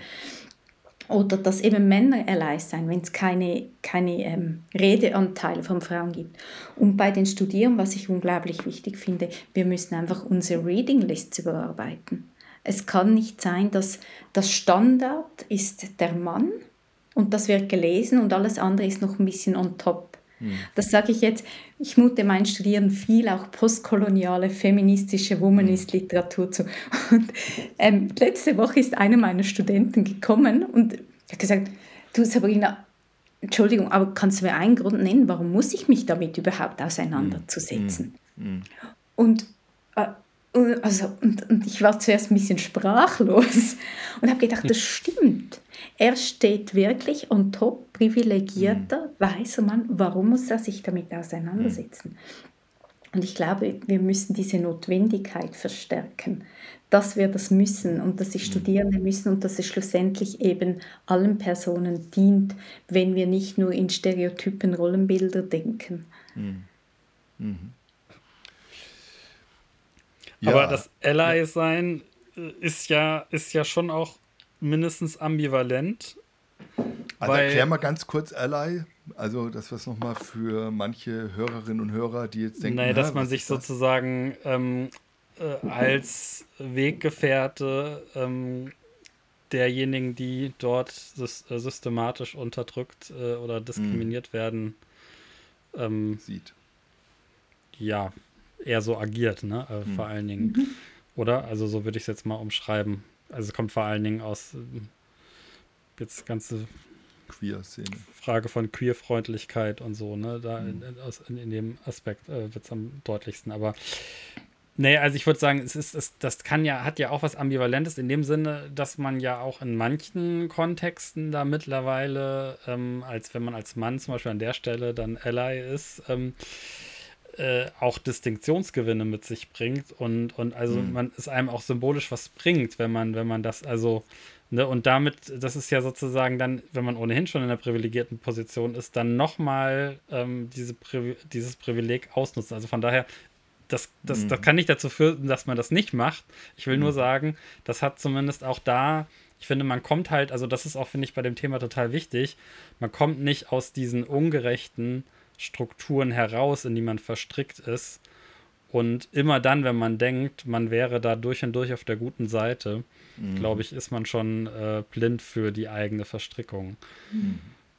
Oder dass eben Männer allein sein, wenn es keine, keine ähm, Redeanteile von Frauen gibt. Und bei den Studierenden, was ich unglaublich wichtig finde, wir müssen einfach unsere Reading Lists überarbeiten. Es kann nicht sein, dass das Standard ist der Mann und das wird gelesen und alles andere ist noch ein bisschen on top. Das sage ich jetzt, ich mute meinen Studierenden viel auch postkoloniale, feministische Womanist-Literatur zu. Und ähm, letzte Woche ist einer meiner Studenten gekommen und hat gesagt, du Sabrina, Entschuldigung, aber kannst du mir einen Grund nennen, warum muss ich mich damit überhaupt auseinanderzusetzen? Und, äh, also, und, und ich war zuerst ein bisschen sprachlos und habe gedacht, das stimmt. Er steht wirklich on top, privilegierter, weißer Mann. Warum muss er sich damit auseinandersetzen? Und ich glaube, wir müssen diese Notwendigkeit verstärken, dass wir das müssen und dass die Studierenden müssen und dass es schlussendlich eben allen Personen dient, wenn wir nicht nur in Stereotypen, Rollenbilder denken. Ja. Aber das Ally-Sein ist ja, ist ja schon auch mindestens ambivalent. Also weil, erklär mal ganz kurz Ally, also das was nochmal für manche Hörerinnen und Hörer, die jetzt denken, naja, dass man was sich ist das? sozusagen ähm, äh, als Weggefährte ähm, derjenigen, die dort sys- äh, systematisch unterdrückt äh, oder diskriminiert Mhm. werden, ähm, Sieht. ja, eher so agiert, ne? Äh, Mhm. vor allen Dingen. Oder? Also so würde ich es jetzt mal umschreiben. Also es kommt vor allen Dingen aus ähm, jetzt ganze Queer-Szene. Frage von Queerfreundlichkeit und so, ne? Da Mhm. in, in, aus, in, in dem Aspekt äh, wird es am deutlichsten. Aber nee, also ich würde sagen, es ist, es, das kann ja, hat ja auch was Ambivalentes in dem Sinne, dass man ja auch in manchen Kontexten da mittlerweile, ähm, als wenn man als Mann zum Beispiel an der Stelle dann Ally ist, ähm, äh, auch Distinktionsgewinne mit sich bringt und, und also Mhm. man es einem auch symbolisch was bringt, wenn man, wenn man das, also, ne, und damit, das ist ja sozusagen dann, wenn man ohnehin schon in einer privilegierten Position ist, dann nochmal ähm, diese Privi- dieses Privileg ausnutzen. Also von daher, das, das, das Mhm. kann nicht dazu führen, dass man das nicht macht. Ich will nur Mhm. sagen, das hat zumindest auch da, ich finde, man kommt halt, also das ist auch, finde ich, bei dem Thema total wichtig, man kommt nicht aus diesen ungerechten Strukturen heraus, in die man verstrickt ist. Und immer dann, wenn man denkt, man wäre da durch und durch auf der guten Seite, glaube Mhm. ich, ist man schon äh, blind für die eigene Verstrickung. Mhm.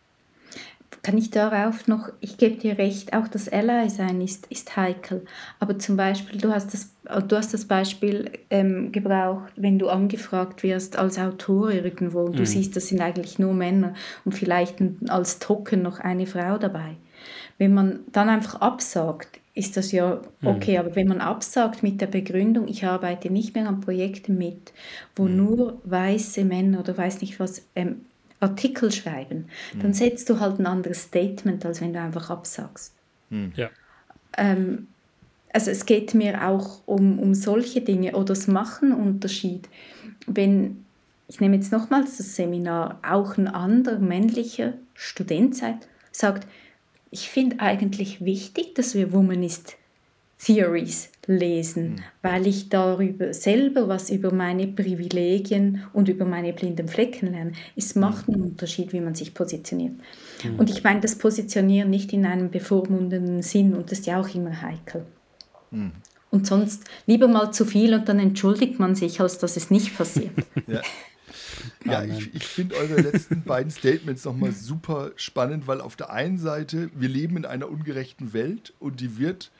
Kann ich darauf noch, ich gebe dir recht, auch das Ally-Sein ist, ist heikel. Aber zum Beispiel, du hast das, du hast das Beispiel ähm, gebraucht, wenn du angefragt wirst als Autor irgendwo und du Mhm. siehst, das sind eigentlich nur Männer und vielleicht ein, als Token noch eine Frau dabei. Wenn man dann einfach absagt, ist das ja okay, aber wenn man absagt mit der Begründung, ich arbeite nicht mehr an Projekten mit, wo Mhm. nur weiße Männer oder weiß nicht was ähm, Artikel schreiben, dann Mhm. setzt du halt ein anderes Statement, als wenn du einfach absagst. Mhm. Ja. Ähm, also es geht mir auch um, um solche Dinge oder das Machenunterschied. Wenn, ich nehme jetzt nochmals das Seminar, auch ein anderer männlicher Student sagt, sagt, ich finde eigentlich wichtig, dass wir Womanist Theories lesen, Mhm. weil ich darüber selber was über meine Privilegien und über meine blinden Flecken lerne. Es macht einen Unterschied, wie man sich positioniert. Und ich meine das Positionieren nicht in einem bevormundenden Sinn und das ist ja auch immer heikel. Mhm. Und sonst lieber mal zu viel und dann entschuldigt man sich, als dass es nicht passiert. Ja. Ja, Amen. ich, ich finde eure letzten beiden Statements nochmal super spannend, weil auf der einen Seite, wir leben in einer ungerechten Welt und die wird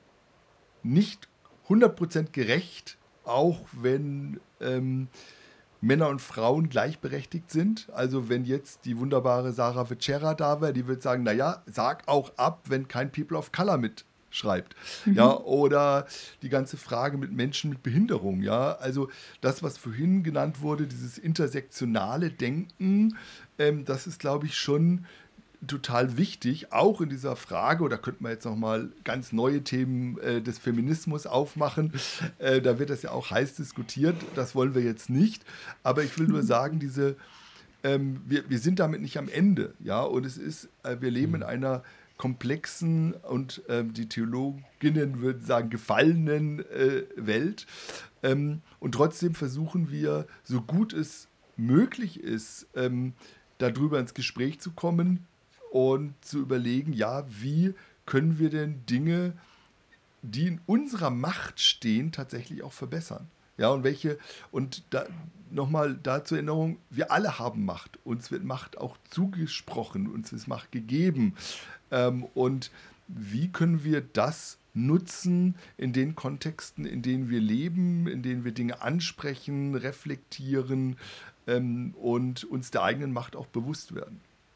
nicht hundert Prozent gerecht, auch wenn ähm, Männer und Frauen gleichberechtigt sind. Also wenn jetzt die wunderbare Sarah Vecera da wäre, die würde sagen, naja, sag auch ab, wenn kein People of Color mitschreibt. Ja, oder die ganze Frage mit Menschen mit Behinderung. Ja, also das, was vorhin genannt wurde, dieses intersektionale Denken, ähm, das ist, glaube ich, schon total wichtig, auch in dieser Frage, oder könnte man jetzt nochmal ganz neue Themen äh, des Feminismus aufmachen, äh, da wird das ja auch heiß diskutiert, das wollen wir jetzt nicht, aber ich will nur sagen, diese, ähm, wir, wir sind damit nicht am Ende, ja, und es ist, äh, wir leben in einer komplexen und ähm, die Theologinnen würden sagen gefallenen äh, Welt, ähm, und trotzdem versuchen wir, so gut es möglich ist, ähm, darüber ins Gespräch zu kommen und zu überlegen, ja, wie können wir denn Dinge, die in unserer Macht stehen, tatsächlich auch verbessern. Ja, und welche, und da nochmal da zur Erinnerung, wir alle haben Macht. Uns wird Macht auch zugesprochen, uns ist Macht gegeben. Ähm, und wie können wir das nutzen in den Kontexten, in denen wir leben, in denen wir Dinge ansprechen, reflektieren ähm, und uns der eigenen Macht auch bewusst werden.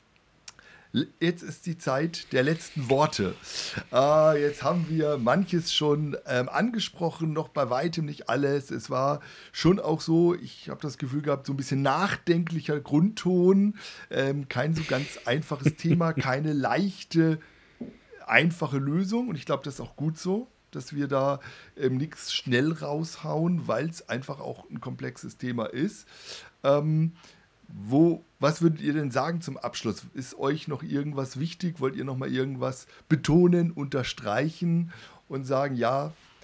Jetzt ist die Zeit der letzten Worte. Äh, jetzt haben wir manches schon ähm, angesprochen, noch bei weitem nicht alles. Es war schon auch so, ich habe das Gefühl gehabt, so ein bisschen nachdenklicher Grundton. Ähm, kein so ganz einfaches Thema, keine leichte, einfache Lösung. Und ich glaube, das ist auch gut so, dass wir da ähm, nichts schnell raushauen, weil es einfach auch ein komplexes Thema ist. Ähm, Wo, was würdet ihr denn sagen zum Abschluss? Ist euch noch irgendwas wichtig? Wollt ihr noch mal irgendwas betonen, unterstreichen und sagen, ja,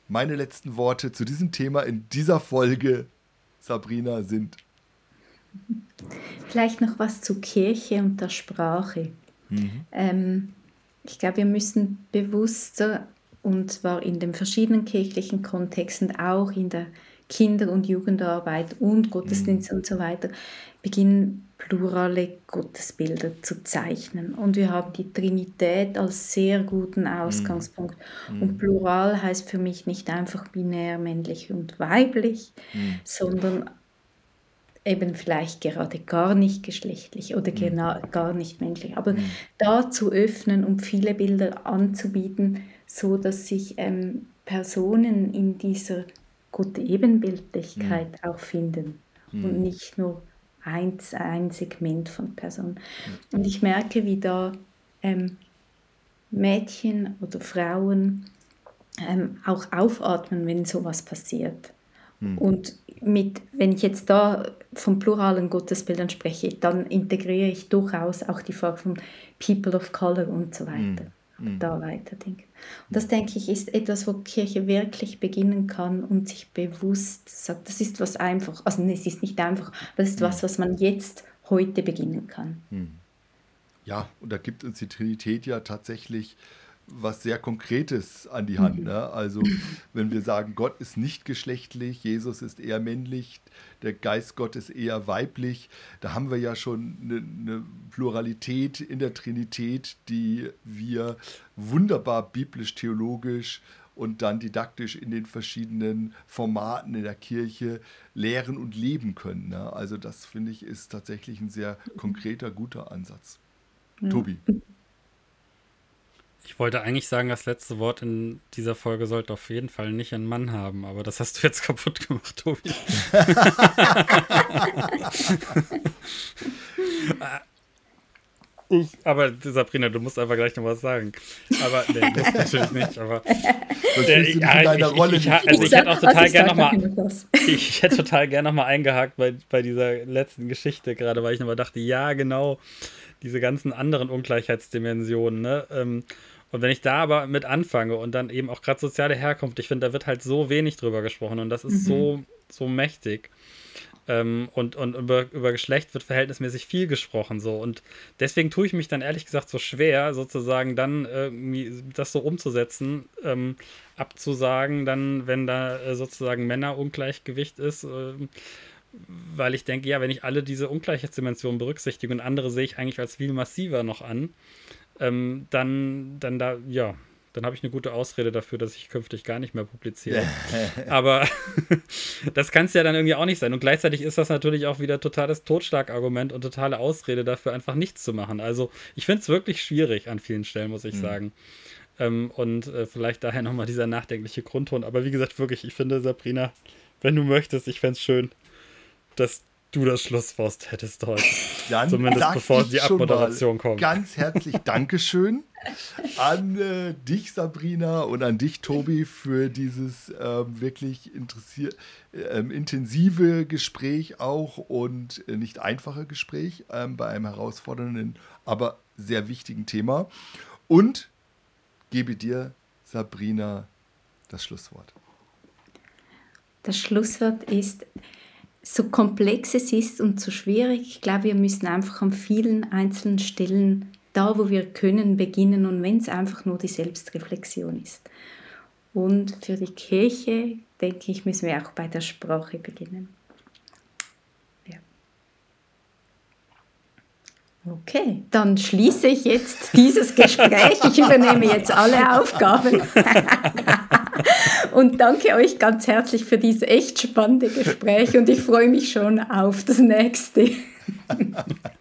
meine letzten Worte zu diesem Thema in dieser Folge, Sabrina, sind? Vielleicht noch was zu Kirche und der Sprache. Mhm. Ähm, ich glaube, wir müssen bewusster, und zwar in den verschiedenen kirchlichen Kontexten, auch in der Kinder- und Jugendarbeit und Gottesdienst mhm. und so weiter, beginnen plurale Gottesbilder zu zeichnen. Und wir haben die Trinität als sehr guten Ausgangspunkt. Mhm. Und plural heißt für mich nicht einfach binär männlich und weiblich, mhm. sondern eben vielleicht gerade gar nicht geschlechtlich oder mhm. gar nicht männlich. Aber mhm. da zu öffnen und viele Bilder anzubieten, so dass sich ähm, Personen in dieser gute Ebenbildlichkeit mhm. auch finden mhm. und nicht nur ein, ein Segment von Personen. Mhm. Und ich merke, wie da ähm, Mädchen oder Frauen ähm, auch aufatmen, wenn sowas passiert. Mhm. Und mit, wenn ich jetzt da von pluralen Gottesbildern spreche, dann integriere ich durchaus auch die Frage von People of Color und so weiter. Mhm. Da weiterdenken. Und das, denke ich, ist etwas, wo Kirche wirklich beginnen kann und sich bewusst sagt, das ist was einfach, also es ist nicht einfach, aber das ist was, was man jetzt, heute beginnen kann. Ja, und da gibt uns die Trinität ja tatsächlich was sehr Konkretes an die Hand. Ne? Also wenn wir sagen, Gott ist nicht geschlechtlich, Jesus ist eher männlich, der Geist Gottes eher weiblich, da haben wir ja schon eine, eine Pluralität in der Trinität, die wir wunderbar biblisch-theologisch und dann didaktisch in den verschiedenen Formaten in der Kirche lehren und leben können. Ne? Also das, finde ich, ist tatsächlich ein sehr konkreter, guter Ansatz. Ja. Tobi. Ich wollte eigentlich sagen, das letzte Wort in dieser Folge sollte auf jeden Fall nicht ein Mann haben, aber das hast du jetzt kaputt gemacht, Tobi. ich, aber Sabrina, du musst einfach gleich noch was sagen. Aber nee, das natürlich nicht. Aber der, ich, ja, ich, ich, ich, also ich hätte auch total gerne nochmal, ich hätte total gerne nochmal eingehakt bei, bei dieser letzten Geschichte gerade, weil ich nochmal dachte, ja genau, diese ganzen anderen Ungleichheitsdimensionen, ne? Ähm, Und wenn ich da aber mit anfange und dann eben auch gerade soziale Herkunft, ich finde, da wird halt so wenig drüber gesprochen und das ist mhm. so, so mächtig. Ähm, und und über, über Geschlecht wird verhältnismäßig viel gesprochen. So. Und deswegen tue ich mich dann ehrlich gesagt so schwer, sozusagen dann irgendwie das so umzusetzen, ähm, abzusagen, dann, wenn da äh, sozusagen Männerungleichgewicht ist, äh, weil ich denke, ja, wenn ich alle diese Ungleichheitsdimensionen berücksichtige und andere sehe ich eigentlich als viel massiver noch an, Ähm, dann, dann da, ja, dann habe ich eine gute Ausrede dafür, dass ich künftig gar nicht mehr publiziere. Aber das kann es ja dann irgendwie auch nicht sein. Und gleichzeitig ist das natürlich auch wieder totales Totschlagargument und totale Ausrede dafür, einfach nichts zu machen. Also ich finde es wirklich schwierig an vielen Stellen, muss ich mhm. sagen. Ähm, und äh, vielleicht daher nochmal dieser nachdenkliche Grundton. Aber wie gesagt, wirklich, ich finde, Sabrina, wenn du möchtest, ich fände es schön, dass du das Schlusswort hättest heute. Dann Zumindest bevor die Abmoderation kommt. Ganz herzlich Dankeschön an äh, dich, Sabrina, und an dich, Tobi, für dieses äh, wirklich interessier- äh, intensive Gespräch auch und äh, nicht einfache Gespräch äh, bei einem herausfordernden, aber sehr wichtigen Thema. Und gebe dir, Sabrina, das Schlusswort. Das Schlusswort ist, so komplex es ist und so schwierig, ich glaube, wir müssen einfach an vielen einzelnen Stellen, da wo wir können, beginnen und wenn es einfach nur die Selbstreflexion ist. Und für die Kirche, denke ich, müssen wir auch bei der Sprache beginnen. Ja. Okay, dann schließe ich jetzt dieses Gespräch. Ich übernehme jetzt alle Aufgaben. Und danke euch ganz herzlich für dieses echt spannende Gespräch und ich freue mich schon auf das nächste.